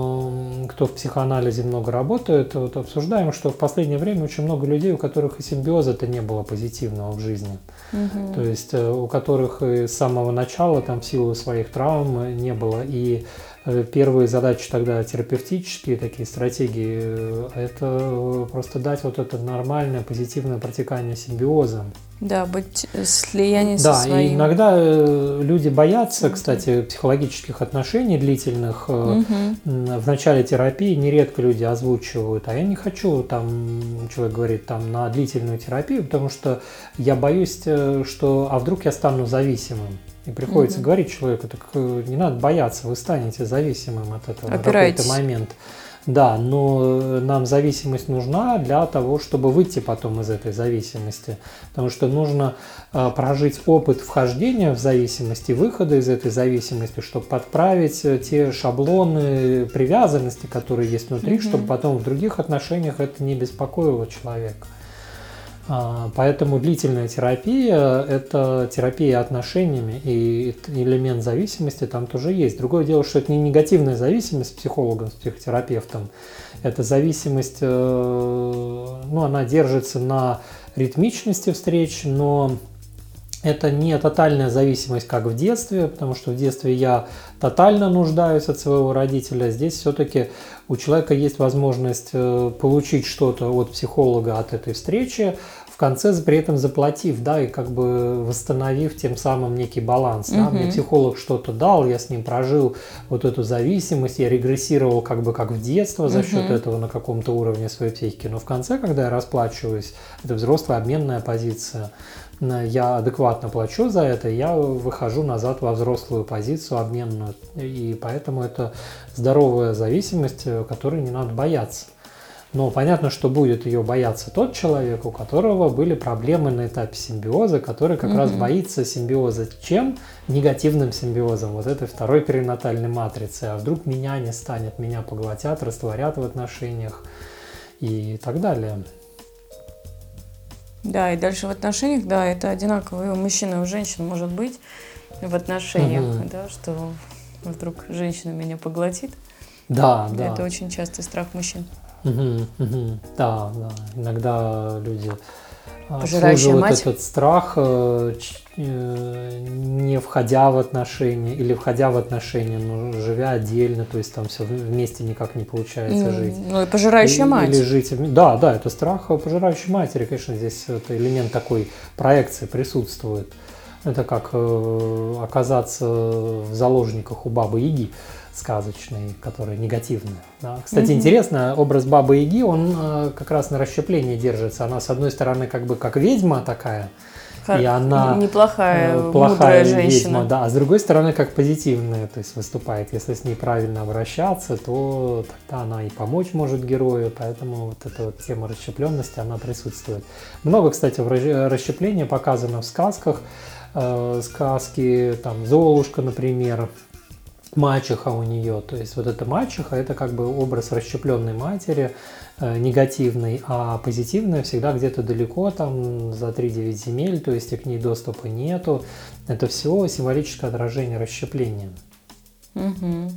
кто в психоанализе много работает, вот обсуждаем, что в последнее время очень много людей, у которых и симбиоза-то не было позитивного в жизни. Угу. То есть у которых и с самого начала там в силу своих травм не было. И первые задачи тогда терапевтические, такие стратегии, это просто дать вот это нормальное позитивное протекание симбиоза. Да, быть слияние да, со своим. Да, и иногда люди боятся, кстати, психологических отношений длительных. Угу. В начале терапии нередко люди озвучивают, а я не хочу, там, человек говорит, там, на длительную терапию, потому что я боюсь, что, а вдруг я стану зависимым. И приходится угу. говорить человеку, так не надо бояться, вы станете зависимым от этого в какой-то момент. Да, но нам зависимость нужна для того, чтобы выйти потом из этой зависимости. Потому что нужно э, прожить опыт вхождения в зависимость и выхода из этой зависимости, чтобы подправить те шаблоны привязанности, которые есть внутри, mm-hmm. чтобы потом в других отношениях это не беспокоило человека. Поэтому длительная терапия – это терапия отношениями, и элемент зависимости там тоже есть. Другое дело, что это не негативная зависимость с психологом, с психотерапевтом. Это зависимость, ну, она держится на ритмичности встреч, но это не тотальная зависимость, как в детстве, потому что в детстве я тотально нуждаюсь от своего родителя. Здесь все-таки у человека есть возможность получить что-то от психолога от этой встречи, в конце при этом заплатив, да, и как бы восстановив тем самым некий баланс. Да. Мне психолог что-то дал, я с ним прожил вот эту зависимость, я регрессировал как бы как в детство за счет этого на каком-то уровне своей психики. Но в конце, когда я расплачиваюсь, это взрослая обменная позиция, я адекватно плачу за это, я выхожу назад во взрослую позицию обменную. И поэтому это здоровая зависимость, которой не надо бояться. Но понятно, что будет ее бояться тот человек, у которого были проблемы на этапе симбиоза, который как mm-hmm. раз боится симбиоза. Чем? Негативным симбиозом, вот этой второй перинатальной матрицы. А вдруг меня не станет, меня поглотят, растворят в отношениях и так далее. Да, и дальше в отношениях, да, это одинаково и у мужчин, и у женщин может быть в отношениях, mm-hmm. да, что вдруг женщина меня поглотит. Да, да. Это очень частый страх мужчин. Угу, угу. Да, да. Иногда люди обслуживают мать. этот страх, не входя в отношения или входя в отношения, но живя отдельно, то есть там все вместе никак не получается mm, жить. Ну и пожирающая и, мать. Или жить. Да, да, это страх пожирающей матери, конечно, здесь это элемент такой проекции присутствует. Это как э, оказаться в заложниках у Бабы-Яги сказочной, которая негативная. Да? Кстати, угу. интересно, образ Бабы-Яги, он э, как раз на расщеплении держится. Она, с одной стороны, как бы как ведьма такая, Хор... и она неплохая, э, плохая мудрая женщина. Ведьма, да, а с другой стороны, как позитивная, то есть выступает. Если с ней правильно обращаться, то тогда она и помочь может герою, поэтому вот эта вот тема расщепленности, она присутствует. Много, кстати, расщепления показано в сказках. Э, сказки, там, Золушка, например, мачеха у нее, то есть вот эта мачеха, это как бы образ расщепленной матери, э, негативный, а позитивная всегда где-то далеко, там за три-девять земель, то есть и к ней доступа нету. Это все символическое отражение расщепления. Угу.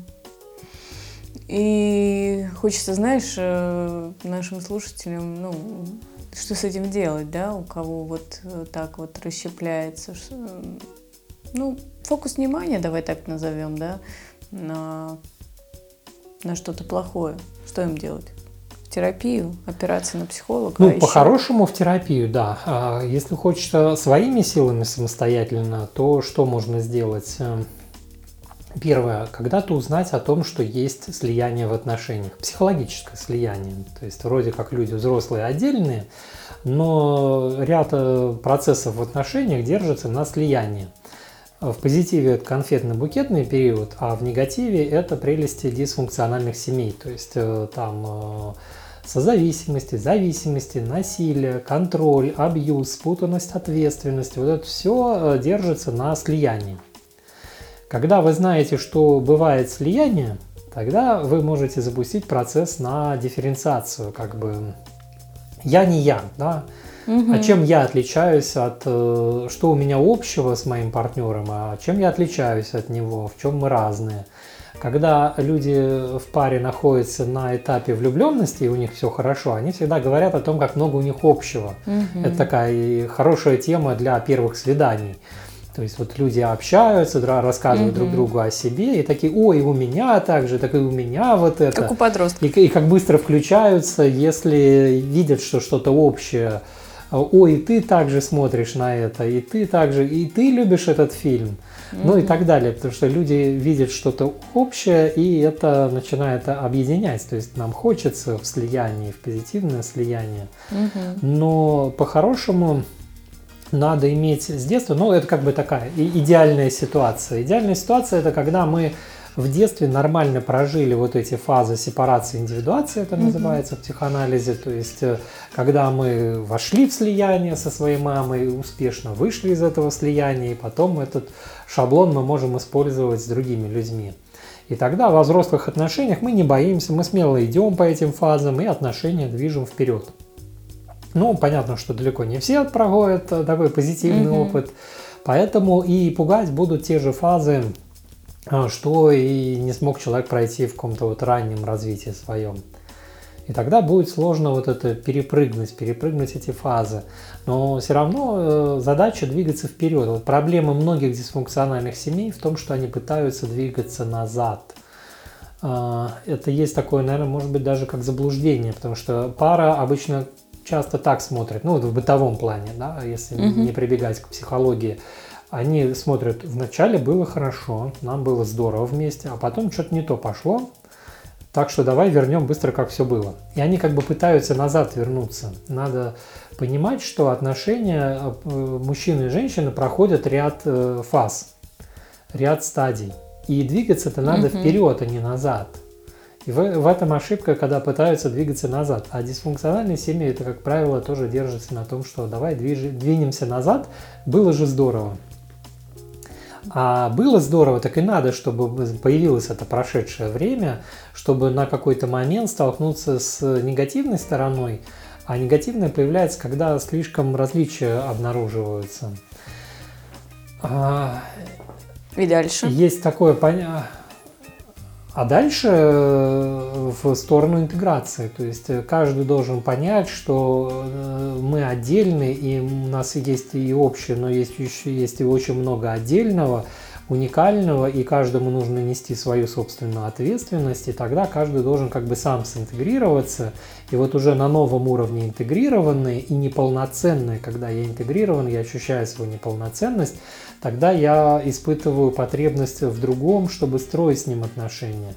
И хочется, знаешь, нашим слушателям, ну, что с этим делать, да, у кого вот так вот расщепляется, ну, фокус внимания, давай так назовем, да, на, на что-то плохое. Что им делать? В терапию, операции на психолога? Ну, а по-хорошему в терапию, да. А если хочется своими силами самостоятельно, то что можно сделать? Первое, когда-то узнать о том, что есть слияние в отношениях, психологическое слияние. То есть вроде как люди взрослые отдельные, но ряд процессов в отношениях держится на слиянии. В позитиве это конфетно-букетный период, а в негативе это прелести дисфункциональных семей. То есть там созависимости, зависимости, насилие, контроль, абьюз, спутанность ответственности. Вот это все держится на слиянии. Когда вы знаете, что бывает слияние, тогда вы можете запустить процесс на дифференциацию. Как бы я не я, да? Угу. А чем я отличаюсь от, что у меня общего с моим партнером, а чем я отличаюсь от него, в чем мы разные. Когда люди в паре находятся на этапе влюбленности, и у них все хорошо, они всегда говорят о том, как много у них общего. Угу. Это такая хорошая тема для первых свиданий. То есть вот люди общаются, рассказывают угу. друг другу о себе, и такие, ой, у меня так же, так и у меня вот это. Как у подростков. И, и как быстро включаются, если видят, что что-то общее. Ой, и ты также смотришь на это, и ты также, и ты любишь этот фильм, mm-hmm. ну и так далее, потому что люди видят что-то общее, и это начинает объединять, то есть нам хочется в слиянии, в позитивное слияние, mm-hmm. но по-хорошему надо иметь с детства, ну это как бы такая идеальная ситуация. Идеальная ситуация — это когда мы в детстве нормально прожили вот эти фазы сепарации и индивидуации, это mm-hmm. называется в психоанализе, то есть когда мы вошли в слияние со своей мамой, успешно вышли из этого слияния, и потом этот шаблон мы можем использовать с другими людьми. И тогда во взрослых отношениях мы не боимся, мы смело идем по этим фазам и отношения движем вперед. Ну, понятно, что далеко не все проходят такой позитивный mm-hmm. опыт, поэтому и пугать будут те же фазы, что и не смог человек пройти в каком-то вот раннем развитии своем. И тогда будет сложно вот это перепрыгнуть, перепрыгнуть эти фазы. Но все равно задача двигаться вперед. Вот проблема многих дисфункциональных семей в том, что они пытаются двигаться назад. Это есть такое, наверное, может быть даже как заблуждение, потому что пара обычно часто так смотрит, ну вот в бытовом плане, да, если mm-hmm. не прибегать к психологии. Они смотрят, вначале было хорошо, нам было здорово вместе, а потом что-то не то пошло, так что давай вернем быстро, как все было. И они как бы пытаются назад вернуться. Надо понимать, что отношения мужчины и женщины проходят ряд фаз, ряд стадий. И двигаться-то надо mm-hmm. вперед, а не назад. И в, в этом ошибка, когда пытаются двигаться назад. А дисфункциональные семьи, это, как правило, тоже держится на том, что давай движ, двинемся назад, было же здорово. А было здорово, так и надо, чтобы появилось это прошедшее время, чтобы на какой-то момент столкнуться с негативной стороной, а негативное появляется, когда слишком различия обнаруживаются. И дальше? Есть такое понятие. А дальше в сторону интеграции. То есть каждый должен понять, что мы отдельны, и у нас есть и общее, но есть еще есть и очень много отдельного, уникального, и каждому нужно нести свою собственную ответственность, и тогда каждый должен как бы сам синтегрироваться. И вот уже на новом уровне интегрированные и неполноценные, когда я интегрирован, я ощущаю свою неполноценность, тогда я испытываю потребность в другом, чтобы строить с ним отношения.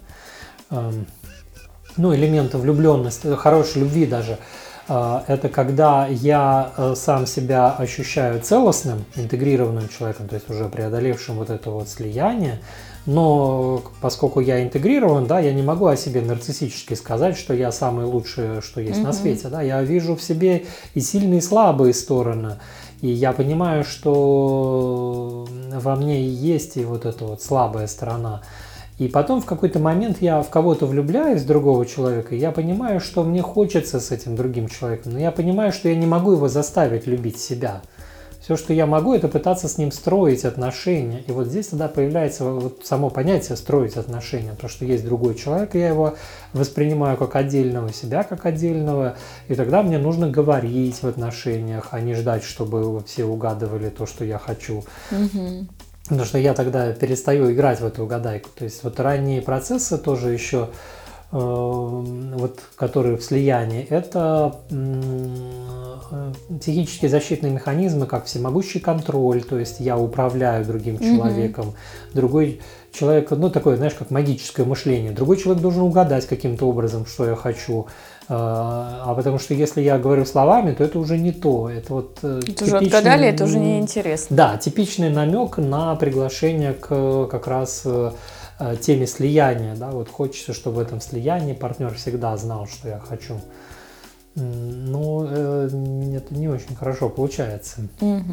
Ну, элементы влюбленности, хорошей любви даже. Это когда я сам себя ощущаю целостным, интегрированным человеком, то есть уже преодолевшим вот это вот слияние, но поскольку я интегрирован, да, я не могу о себе нарциссически сказать, что я самый лучший, что есть mm-hmm. на свете. Да, я вижу в себе и сильные, и слабые стороны, и я понимаю, что во мне есть и вот эта вот слабая сторона. И потом в какой-то момент я в кого-то влюбляюсь, в другого человека, и я понимаю, что мне хочется с этим другим человеком, но я понимаю, что я не могу его заставить любить себя. Все, что я могу, это пытаться с ним строить отношения. И вот здесь тогда появляется вот само понятие «строить отношения», потому что есть другой человек, я его воспринимаю как отдельного, себя как отдельного, и тогда мне нужно говорить в отношениях, а не ждать, чтобы все угадывали то, что я хочу. Mm-hmm. Потому что я тогда перестаю играть в эту угадайку. То есть вот ранние процессы тоже еще, э, вот, которые в слиянии, это э, психические защитные механизмы, как всемогущий контроль, то есть я управляю другим человеком, mm-hmm. другой человек, ну такое, знаешь, как магическое мышление, другой человек должен угадать каким-то образом, что я хочу. А потому что если я говорю словами, то это уже не то. Это вот это типичный, уже отгадали, это уже неинтересно. Да, типичный намек на приглашение к как раз теме слияния. Да? Вот хочется, чтобы в этом слиянии партнер всегда знал, что я хочу. Но это не очень хорошо получается. Угу.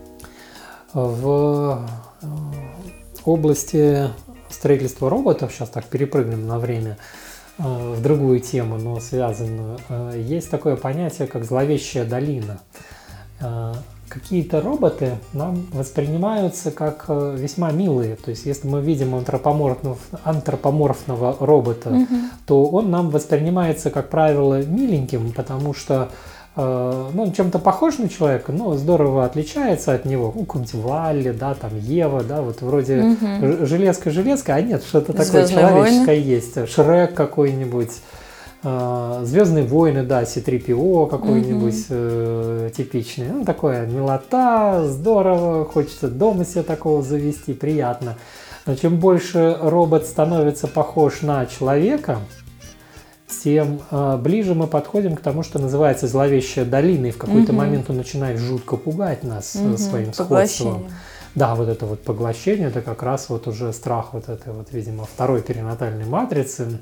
В области строительства роботов, сейчас так перепрыгнем на время, в другую тему, но связанную, есть такое понятие, как зловещая долина. Какие-то роботы нам воспринимаются как весьма милые. То есть, если мы видим антропоморфного, антропоморфного робота, угу. то он нам воспринимается, как правило, миленьким, потому что ну, он чем-то похож на человека, но здорово отличается от него. Ну, какой-нибудь Валли, да, там Ева, да, вот вроде угу. железка-железка, а нет, что-то такое человеческое есть. Шрек какой-нибудь, э, Звездные войны, да, Си три Пи О какой-нибудь угу. э, типичный. Ну, такое милота, здорово, хочется дома себе такого завести, приятно. Но чем больше робот становится похож на человека, тем э, ближе мы подходим к тому, что называется зловещая долина, и в какой-то угу. момент он начинает жутко пугать нас угу. своим сходством. Да, вот это вот поглощение, это как раз вот уже страх вот этой вот, видимо, второй перинатальной матрицы.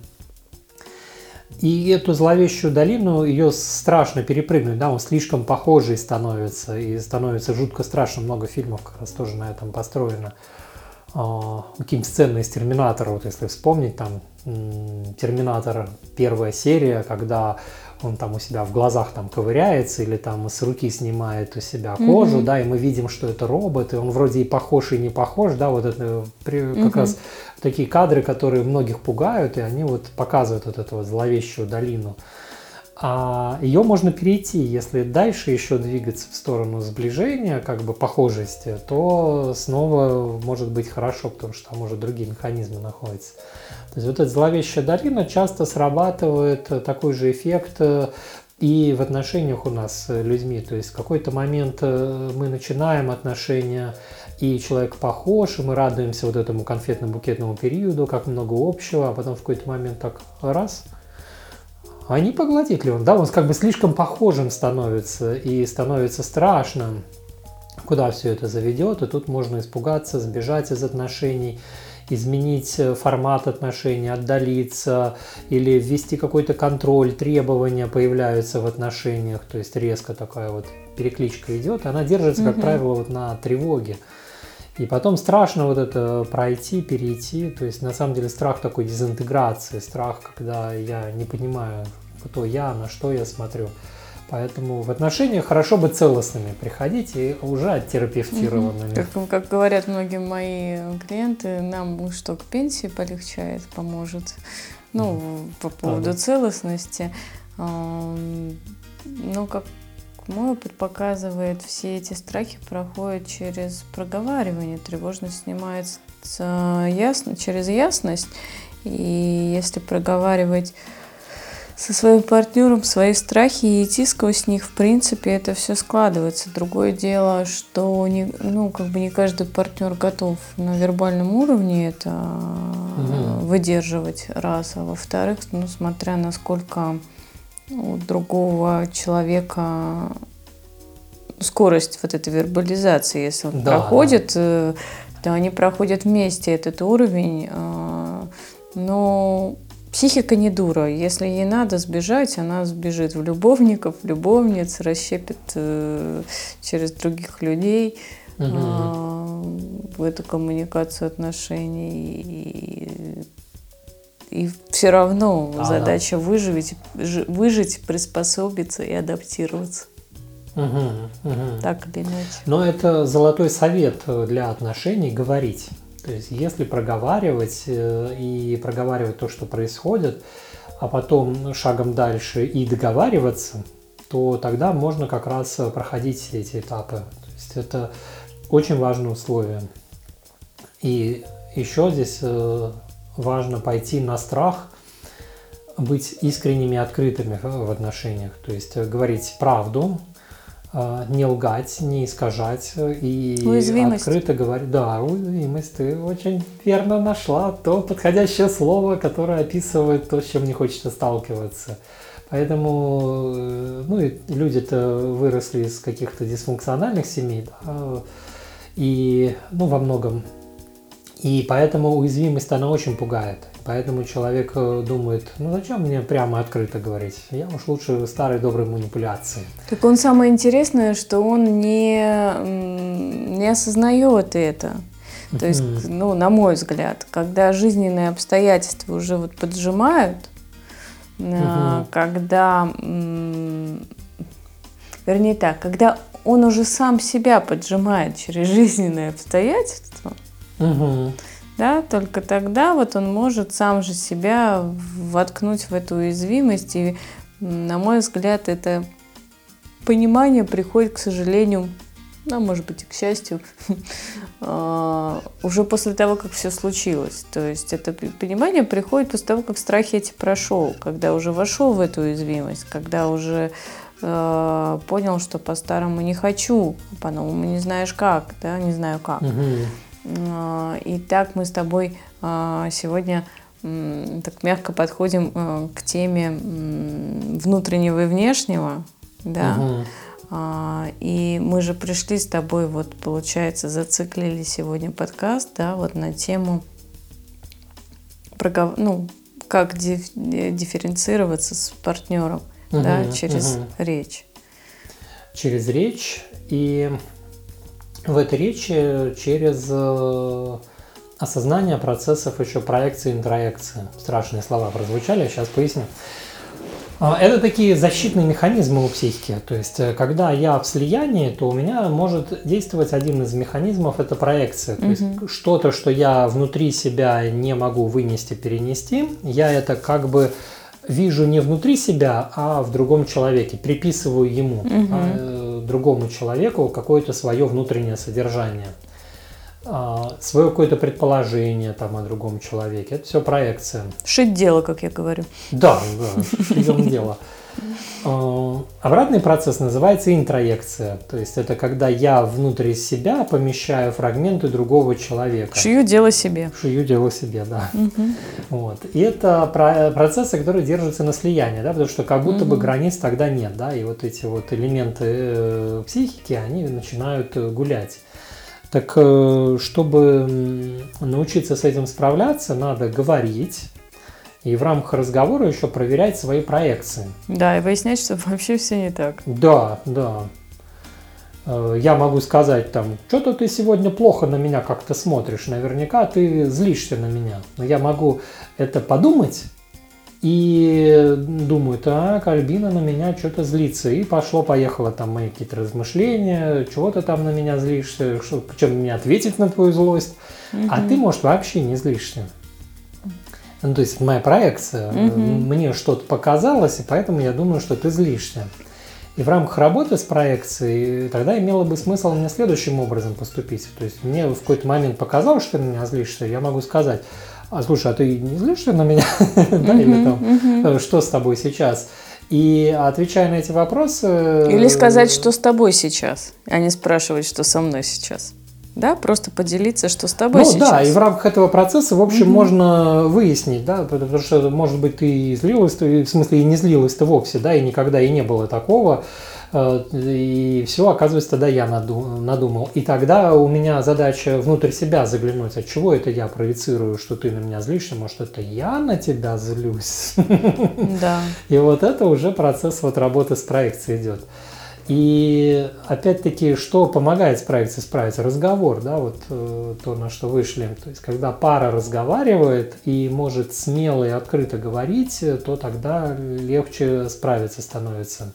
И эту зловещую долину, ее страшно перепрыгнуть, да, он слишком похожий становится, и становится жутко страшно, много фильмов как раз тоже на этом построено. Какие-нибудь сцены из «Терминатора», вот если вспомнить, там «Терминатор» первая серия, когда он там у себя в глазах там ковыряется или там с руки снимает у себя кожу, mm-hmm. да, и мы видим, что это робот, и он вроде и похож, и не похож, да, вот это как mm-hmm. раз такие кадры, которые многих пугают, и они вот показывают вот эту вот зловещую долину. А ее можно перейти, если дальше еще двигаться в сторону сближения, как бы похожести, то снова может быть хорошо, потому что там уже другие механизмы находятся. То есть вот эта зловещая долина часто срабатывает такой же эффект и в отношениях у нас с людьми. То есть в какой-то момент мы начинаем отношения, и человек похож, и мы радуемся вот этому конфетно-букетному периоду, как много общего, а потом в какой-то момент так раз – а не поглотит ли он? Да, он как бы слишком похожим становится и становится страшным, куда все это заведет, и тут можно испугаться, сбежать из отношений. изменить формат отношений, отдалиться или ввести какой-то контроль, требования появляются в отношениях, то есть резко такая вот перекличка идет, она держится, как mm-hmm. правило, вот на тревоге. И потом страшно вот это пройти, перейти, то есть на самом деле страх такой дезинтеграции, страх, когда я не понимаю, кто я, на что я смотрю. Поэтому в отношениях хорошо быть целостными, приходить и уже оттерапевтированными. Как, как говорят многие мои клиенты, нам что, к пенсии полегчает, поможет. Ну, по поводу ага. целостности. Ну, как мой опыт показывает, все эти страхи проходят через проговаривание. Тревожность снимается ясно, через ясность. И если проговаривать со своим партнером свои страхи и идти сквозь них, в принципе, это все складывается. Другое дело, что не, ну, как бы не каждый партнер готов на вербальном уровне это угу. выдерживать, раз. А во-вторых, ну, смотря насколько у другого человека скорость вот этой вербализации, если он да, проходит, да. то они проходят вместе этот уровень, но психика не дура. Если ей надо сбежать, она сбежит в любовников, в любовниц, расщепит э, через других людей угу. э, в эту коммуникацию отношений. И, и все равно а, задача да. выжить, выжить, приспособиться и адаптироваться. Угу, угу. Так или иначе. Но это золотой совет для отношений — говорить. То есть если проговаривать и проговаривать то, что происходит, а потом шагом дальше и договариваться, то тогда можно как раз проходить все эти этапы. То есть это очень важное условие. И еще здесь важно пойти на страх, быть искренними и открытыми в отношениях. То есть говорить правду, не лгать, не искажать и открыто говорить. Да, уязвимость. Ты очень верно нашла то подходящее слово, которое описывает то, с чем не хочется сталкиваться. Поэтому ну, и люди-то выросли из каких-то дисфункциональных семей, да, и ну, во многом. И поэтому уязвимость, она очень пугает. Поэтому человек думает, ну зачем мне прямо открыто говорить? Я уж лучше старой доброй манипуляции. Так он самое интересное, что он не, не осознает это. То есть, ну, на мой взгляд, когда жизненные обстоятельства уже вот поджимают, uh-huh. когда, вернее так, когда он уже сам себя поджимает через жизненные обстоятельства, uh-huh. да, только тогда вот он может сам же себя воткнуть в эту уязвимость. И, на мой взгляд, это понимание приходит, к сожалению, ну, может быть, и к счастью, уже после того, как все случилось. То есть это понимание приходит после того, как страхи эти прошел, когда уже вошел в эту уязвимость, когда уже понял, что по-старому не хочу, по-новому не знаешь как, да, не знаю как. И так мы с тобой сегодня так мягко подходим к теме внутреннего и внешнего, да. Угу. И мы же пришли с тобой, вот получается, зациклили сегодня подкаст, да, вот на тему, ну, как дифференцироваться с партнером, угу, да, через угу. речь. Через речь и в этой речи через э, осознание процессов еще проекции и интроекции. Страшные слова прозвучали, сейчас поясню. Это такие защитные механизмы у психики. То есть, когда я в слиянии, то у меня может действовать один из механизмов – это проекция. То mm-hmm. есть, что-то, что я внутри себя не могу вынести, перенести, я это как бы вижу не внутри себя, а в другом человеке, приписываю ему, mm-hmm. а, другому человеку какое-то свое внутреннее содержание, а, свое какое-то предположение там о другом человеке. Это все проекция. Шить дело, как я говорю. Да, да, шьем дело. Обратный процесс называется интроекция. То есть это когда я внутри себя помещаю фрагменты другого человека. Шью дело себе. Шью дело себе, да. Угу. Вот. И это процессы, которые держатся на слиянии, да, потому что как будто угу. бы границ тогда нет, да, и вот эти вот элементы психики, они начинают гулять. Так, чтобы научиться с этим справляться, надо говорить и в рамках разговора еще проверять свои проекции. Да, и выяснять, что вообще все не так. Да, да. Я могу сказать там, что-то ты сегодня плохо на меня как-то смотришь, наверняка ты злишься на меня. Но я могу это подумать и думаю, так, Альбина на меня что-то злится. И пошло-поехало там мои какие-то размышления, чего ты там на меня злишься, что, причем мне ответить на твою злость. Mm-hmm. А ты, может, вообще не злишься. Ну, то есть моя проекция. Mm-hmm. Мне что-то показалось, и поэтому я думаю, что ты злишься. И в рамках работы с проекцией тогда имело бы смысл мне следующим образом поступить. То есть мне в какой-то момент показалось, что ты на меня злишься, я могу сказать, а слушай, а ты не злишься на меня? Или там, что с тобой сейчас? И отвечая на эти вопросы... Или сказать, что с тобой сейчас, а не спрашивать, что со мной сейчас. Да, просто поделиться, что с тобой ну, сейчас. Ну да, и в рамках этого процесса, в общем, угу. можно выяснить, да, потому что, может быть, ты и злилась, в смысле, и не злилась-то вовсе, да, и никогда и не было такого, и все, оказывается, тогда я надумал. И тогда у меня задача внутрь себя заглянуть, от чего это я проецирую, что ты на меня злишься, может, это я на тебя злюсь? Да. И вот это уже процесс вот работы с проекцией идет. И опять-таки, что помогает с проекцией справиться? Разговор, да, вот э, то, на что вышли. То есть, когда пара разговаривает и может смело и открыто говорить, то тогда легче справиться становится.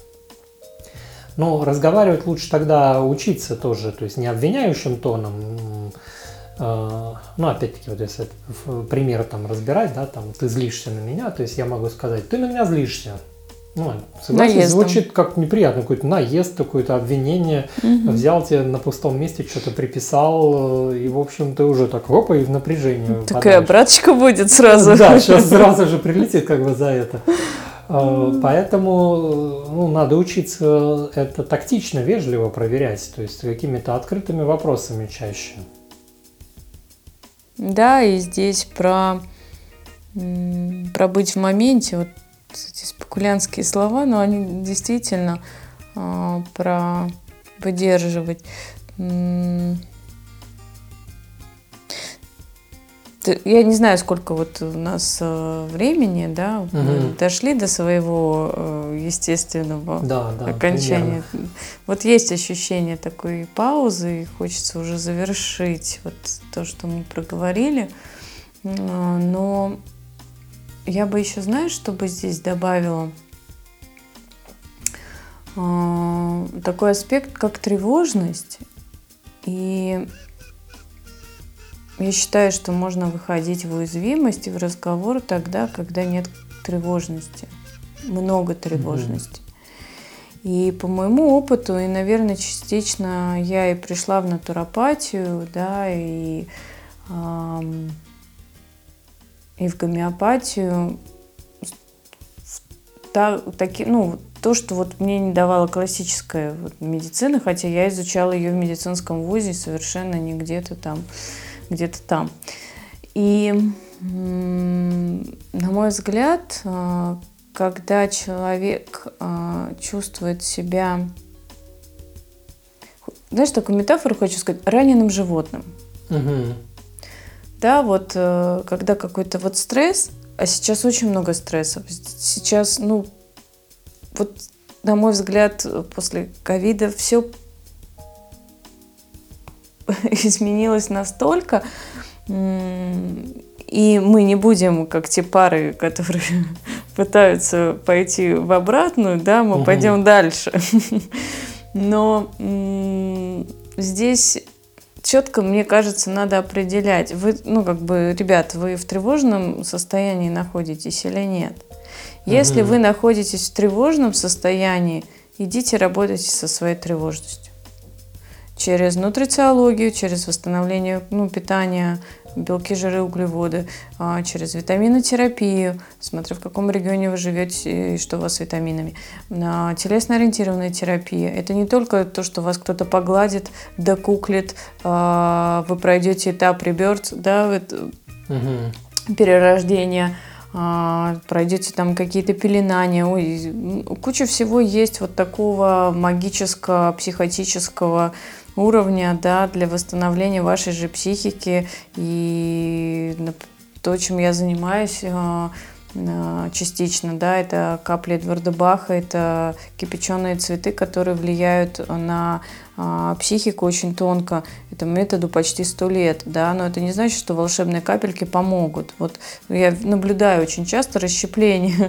Но разговаривать лучше тогда учиться тоже, то есть не обвиняющим тоном. Э, ну, опять-таки, вот если пример там разбирать, да, там ты злишься на меня, то есть я могу сказать, ты на меня злишься. Ну, согласен, звучит как неприятно, какой-то наезд, какое-то обвинение, угу. взял тебя на пустом месте, что-то приписал, и, в общем, ты уже так, опа, и в напряжение такая браточка будет сразу. Да, сейчас сразу же прилетит как бы за это. Поэтому ну, надо учиться это тактично, вежливо проверять, то есть какими-то открытыми вопросами чаще. Да, и здесь про, про быть в моменте, вот эти спекулянтские слова, но они действительно э, про выдерживать. Я не знаю, сколько вот у нас э, времени, да, угу. мы дошли до своего э, естественного да, да, окончания. Примерно. Вот есть ощущение такой паузы, и хочется уже завершить вот то, что мы проговорили, но я бы еще, знаешь, что бы здесь добавила? Э, такой аспект, как тревожность. И я считаю, что можно выходить в уязвимость и в разговор тогда, когда нет тревожности. Много тревожности. Mm-hmm. И по моему опыту, и, наверное, частично я и пришла в натуропатию, да, и... Э, и в гомеопатию, та, таки, ну, то, что вот мне не давала классическая вот медицина, хотя я изучала ее в медицинском вузе совершенно не где-то там, где-то там. И, на мой взгляд, когда человек чувствует себя, знаешь, такую метафору хочу сказать, раненым животным. Угу. Да, вот когда какой-то вот стресс, а сейчас очень много стрессов. Сейчас, ну, вот, на мой взгляд, после ковида все изменилось настолько, и мы не будем, как те пары, которые пытаются пойти в обратную, да, мы угу. пойдем дальше. Но здесь... Четко, мне кажется, надо определять, вы, ну, как бы, ребят, вы в тревожном состоянии находитесь или нет. Если угу. вы находитесь в тревожном состоянии, идите работайте со своей тревожностью. Через нутрициологию, через восстановление ну, питания, белки, жиры, углеводы, через витаминотерапию, смотря в каком регионе вы живете и что у вас с витаминами. Телесно-ориентированная терапия. Это не только то, что вас кто-то погладит, докуклит, вы пройдете этап реберт, да, угу. перерождения, пройдете там какие-то пеленания. Ой, куча всего есть вот такого магического, психотического, уровня, да, для восстановления вашей же психики. И то, чем я занимаюсь частично, да, это капли Эдварда Баха, это кипяченые цветы, которые влияют на а, психику очень тонко. Этому методу почти сто лет, да, но это не значит, что волшебные капельки помогут. Вот я наблюдаю очень часто расщепление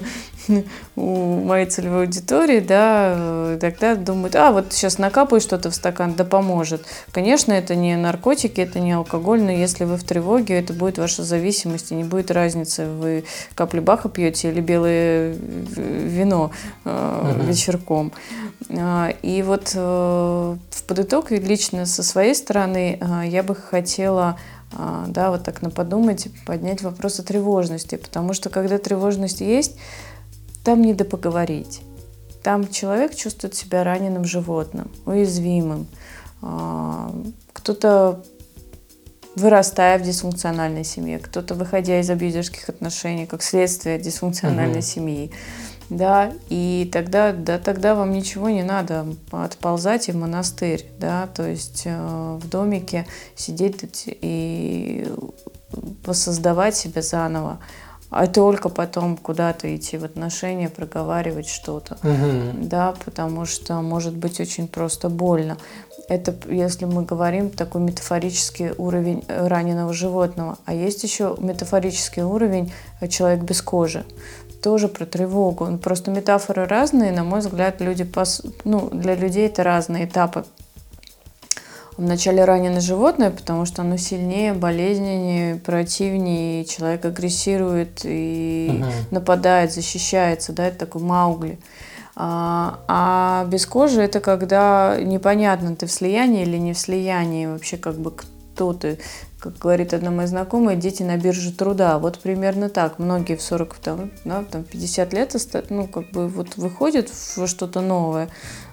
у моей целевой аудитории, да, тогда думают, а вот сейчас накапаю что-то в стакан, да поможет. Конечно, это не наркотики, это не алкоголь, но если вы в тревоге, это будет ваша зависимость, и не будет разницы, вы капли Баха пьете или белое вино э, uh-huh. вечерком. И вот э, в подыток лично со своей стороны э, я бы хотела, э, да, вот так на подумать, поднять вопрос о тревожности, потому что когда тревожность есть, там не до поговорить. Там человек чувствует себя раненым животным, уязвимым. Э, кто-то вырастая в дисфункциональной семье, кто-то выходя из абьюзерских отношений, как следствие дисфункциональной uh-huh. семьи. Да, и тогда, да, тогда вам ничего не надо, отползать в монастырь, да, то есть э, в домике сидеть и воссоздавать себя заново, а только потом куда-то идти в отношения, проговаривать что-то, угу. да, потому что может быть очень просто больно. Это, если мы говорим, такой метафорический уровень раненого животного, а есть еще метафорический уровень человек без кожи. Тоже про тревогу. Просто метафоры разные, на мой взгляд, люди пос... ну, для людей это разные этапы. Вначале раненое животное, потому что оно сильнее, болезненнее, противнее, человек агрессирует и uh-huh. нападает, защищается, да, это такой Маугли. А, а без кожи это когда непонятно, ты в слиянии или не в слиянии, вообще как бы кто ты. Как говорит одна моя знакомая, дети на бирже труда. Вот примерно так. Многие в сорок, там, да, там пятьдесят лет, ну, как бы вот выходят в что-то новое.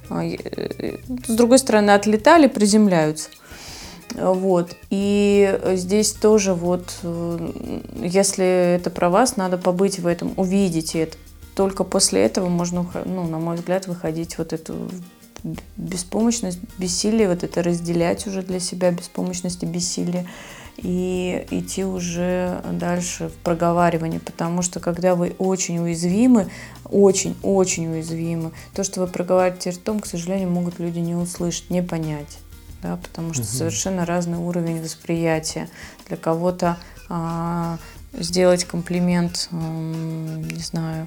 С другой стороны, отлетали, приземляются. Вот. И здесь тоже вот, если это про вас, надо побыть в этом, увидеть это. Только после этого можно, ну, на мой взгляд, выходить вот эту беспомощность, бессилие, вот это разделять уже для себя беспомощность и бессилие. И идти уже дальше в проговаривание, потому что когда вы очень уязвимы, очень-очень уязвимы, то, что вы проговариваете ртом, к сожалению, могут люди не услышать, не понять, да, потому что угу. совершенно разный уровень восприятия. Для кого-то а, сделать комплимент, а, не знаю,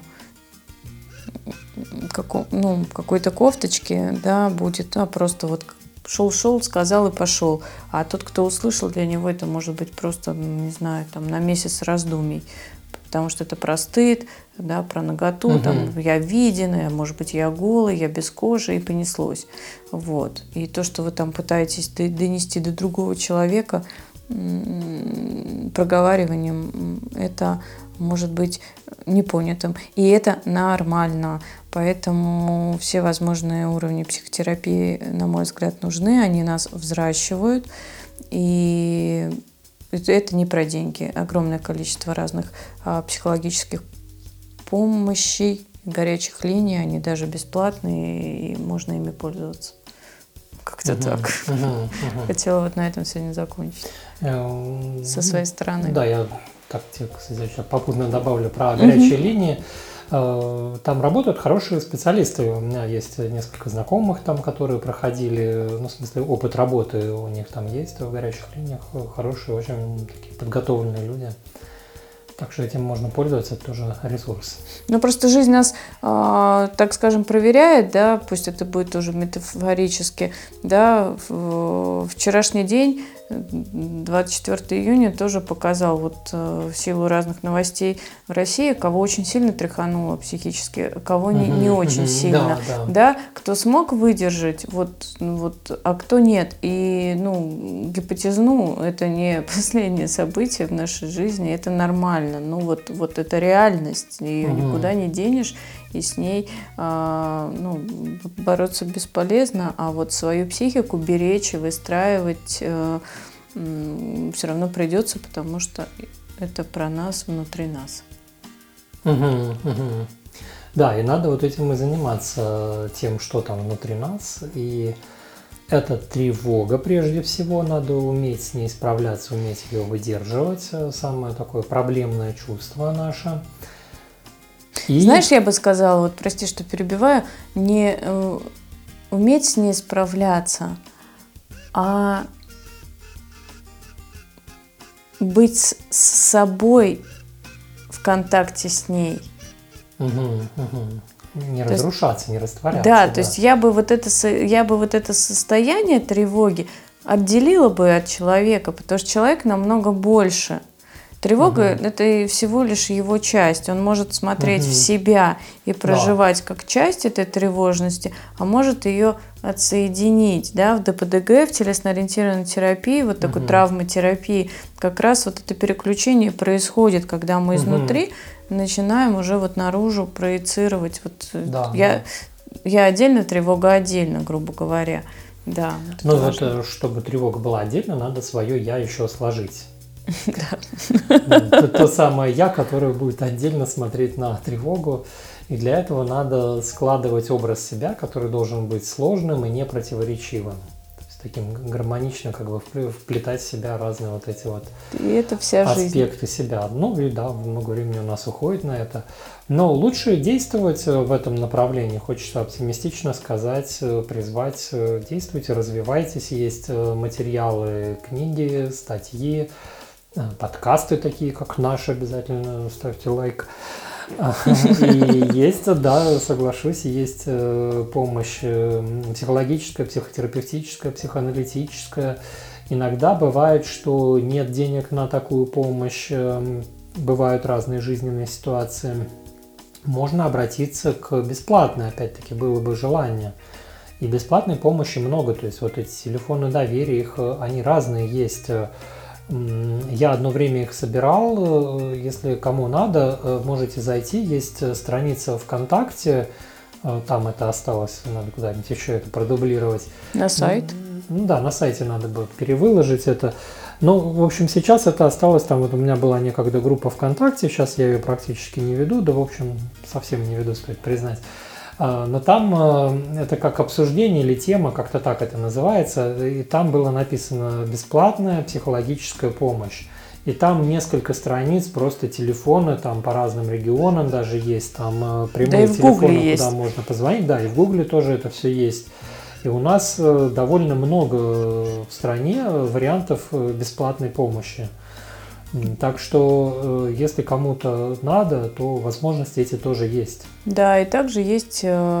како, ну, какой-то кофточке, да, будет, а, просто вот шел-шел, сказал и пошел. А тот, кто услышал, для него это может быть просто, не знаю, там, на месяц раздумий. Потому что это про стыд, да, про наготу, угу. там, я виден, я, может быть, я голый, я без кожи, и понеслось. Вот. И то, что вы там пытаетесь донести до другого человека проговариванием, это может быть непонятым. И это нормально. Поэтому все возможные уровни психотерапии, на мой взгляд, нужны. Они нас взращивают. И это не про деньги. Огромное количество разных а, психологических помощей, горячих линий. Они даже бесплатные, и можно ими пользоваться. Как-то uh-huh, так. Uh-huh, uh-huh. Хотела вот на этом сегодня закончить. Uh, Со своей стороны. Да, я так тебе, кстати, еще попутно добавлю про горячие uh-huh. линии. Там работают хорошие специалисты. У меня есть несколько знакомых, там, которые проходили, ну, в смысле, опыт работы у них там есть в горячих линиях. Хорошие, очень такие подготовленные люди. Так что этим можно пользоваться, это тоже ресурс. Ну, просто жизнь нас, э, так скажем, проверяет, да, пусть это будет тоже метафорически, да, в, вчерашний день, двадцать четвёртого июня, тоже показал вот э, в силу разных новостей в России, кого очень сильно тряхануло психически, кого не, не очень mm-hmm. сильно, да, да. да, кто смог выдержать, вот, вот, а кто нет. И, ну, гипотезну, это не последнее событие в нашей жизни, это нормально, ну, вот, вот это реальность, ее mm-hmm. никуда не денешь, и с ней э, ну, бороться бесполезно, а вот свою психику беречь и выстраивать э, э, все равно придется, потому что это про нас, внутри нас. Угу, угу. Да, и надо вот этим и заниматься, тем, что там внутри нас, и Это тревога, прежде всего, надо уметь с ней справляться, уметь ее выдерживать. Самое такое проблемное чувство наше. И... Знаешь, я бы сказала, вот прости, что перебиваю, не э, уметь с ней справляться, а быть с собой в контакте с ней. Угу, угу. Не то разрушаться, есть, не растворяться. Да, да, то есть я бы, вот это, я бы вот это состояние тревоги отделила бы от человека, потому что человек намного больше. Тревога угу. – это всего лишь его часть. Он может смотреть угу. в себя и проживать да. как часть этой тревожности, а может ее отсоединить. Да? В ДПДГ, в телесно-ориентированной терапии, вот такой угу. травматерапии, как раз вот это переключение происходит, когда мы изнутри угу. начинаем уже вот наружу проецировать. Вот да, я, да. я отдельно, тревога отдельно, грубо говоря. Да, ну вот, чтобы тревога была отдельно, надо свое «я» еще сложить. Да. То, то самое «я», которое будет отдельно смотреть на тревогу. И для этого надо складывать образ себя, который должен быть сложным и непротиворечивым. То есть таким гармонично как бы вплетать в себя разные вот эти вот и это вся аспекты жизнь. себя. Ну и да, много времени у нас уходит на это. Но лучше действовать в этом направлении. Хочется оптимистично сказать, призвать, действуйте, развивайтесь. Есть материалы, книги, статьи, подкасты такие, как наш, обязательно ставьте лайк. И есть, да, соглашусь, есть помощь психологическая, психотерапевтическая, психоаналитическая. Иногда бывает, что нет денег на такую помощь, бывают разные жизненные ситуации. Можно обратиться к бесплатной, опять-таки, было бы желание. И бесплатной помощи много, то есть вот эти телефоны доверия, их, они разные есть. Я одно время их собирал, если кому надо, можете зайти, есть страница ВКонтакте, там это осталось, надо куда-нибудь еще это продублировать. На сайт? Ну да, на сайте надо будет перевыложить это. Ну, в общем, сейчас это осталось, там вот у меня была некогда группа ВКонтакте, сейчас я ее практически не веду, да, в общем, совсем не веду, стоит признать. Но там это как обсуждение или тема, как-то так это называется, и там было написано «бесплатная психологическая помощь». И там несколько страниц, просто телефоны, там по разным регионам даже есть, там прямые да телефоны, куда есть. Можно позвонить, да, и в Гугле тоже это все есть. И у нас довольно много в стране вариантов бесплатной помощи. Так что, если кому-то надо, то возможности эти тоже есть. Да, и также есть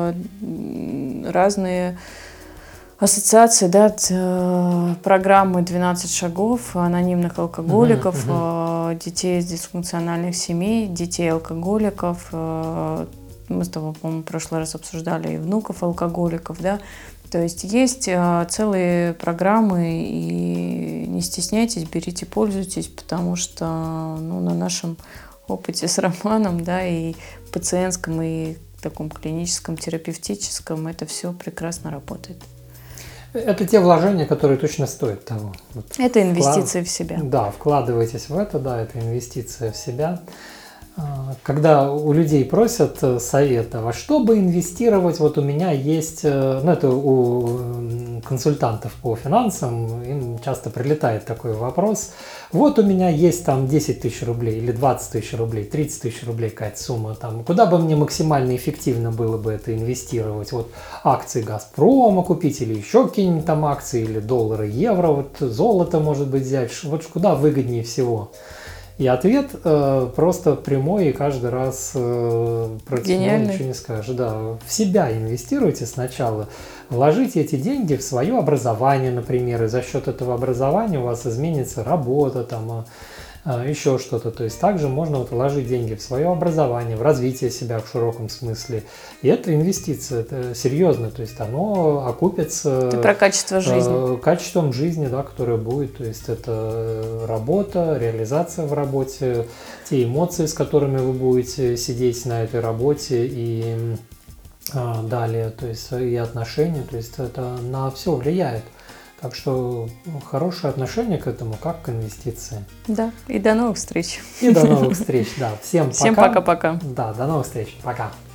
разные ассоциации, да, программы «двенадцать шагов» анонимных алкоголиков, uh-huh, uh-huh. детей из дисфункциональных семей, детей алкоголиков. Мы с тобой, по-моему, в прошлый раз обсуждали и внуков алкоголиков, да. То есть есть целые программы, и не стесняйтесь, берите, пользуйтесь, потому что ну, на нашем опыте с Романом, да, и пациентском, и таком клиническом, терапевтическом, это все прекрасно работает. Это те вложения, которые точно стоят того. Вот это инвестиции вклад... в себя. Да, вкладывайтесь в это, да, это инвестиция в себя. Когда у людей просят совета, во что бы инвестировать, вот у меня есть, ну это у консультантов по финансам, им часто прилетает такой вопрос, вот у меня есть там десять тысяч рублей или двадцать тысяч рублей, тридцать тысяч рублей какая-то сумма, там, куда бы мне максимально эффективно было бы это инвестировать, вот акции «Газпрома» купить или еще какие-нибудь там акции, или доллары, евро, вот золото может быть взять, вот куда выгоднее всего? И ответ э, просто прямой, и каждый раз э, против него ничего не скажешь. Да, в себя инвестируйте сначала, вложите эти деньги в свое образование, например, и за счет этого образования у вас изменится работа, там, э, еще что-то. То есть также можно вот вложить деньги в свое образование, в развитие себя в широком смысле. И это инвестиция, это серьезно, то есть оно окупится это про качество жизни. Э, качеством жизни, да, которое будет. То есть это работа, реализация в работе, те эмоции, с которыми вы будете сидеть на этой работе и э, далее, то есть и отношения, то есть это на все влияет. Так что хорошее отношение к этому, как к инвестиции. Да, и до новых встреч. И до новых встреч, да. Всем пока. Всем пока-пока. Да, до новых встреч. Пока.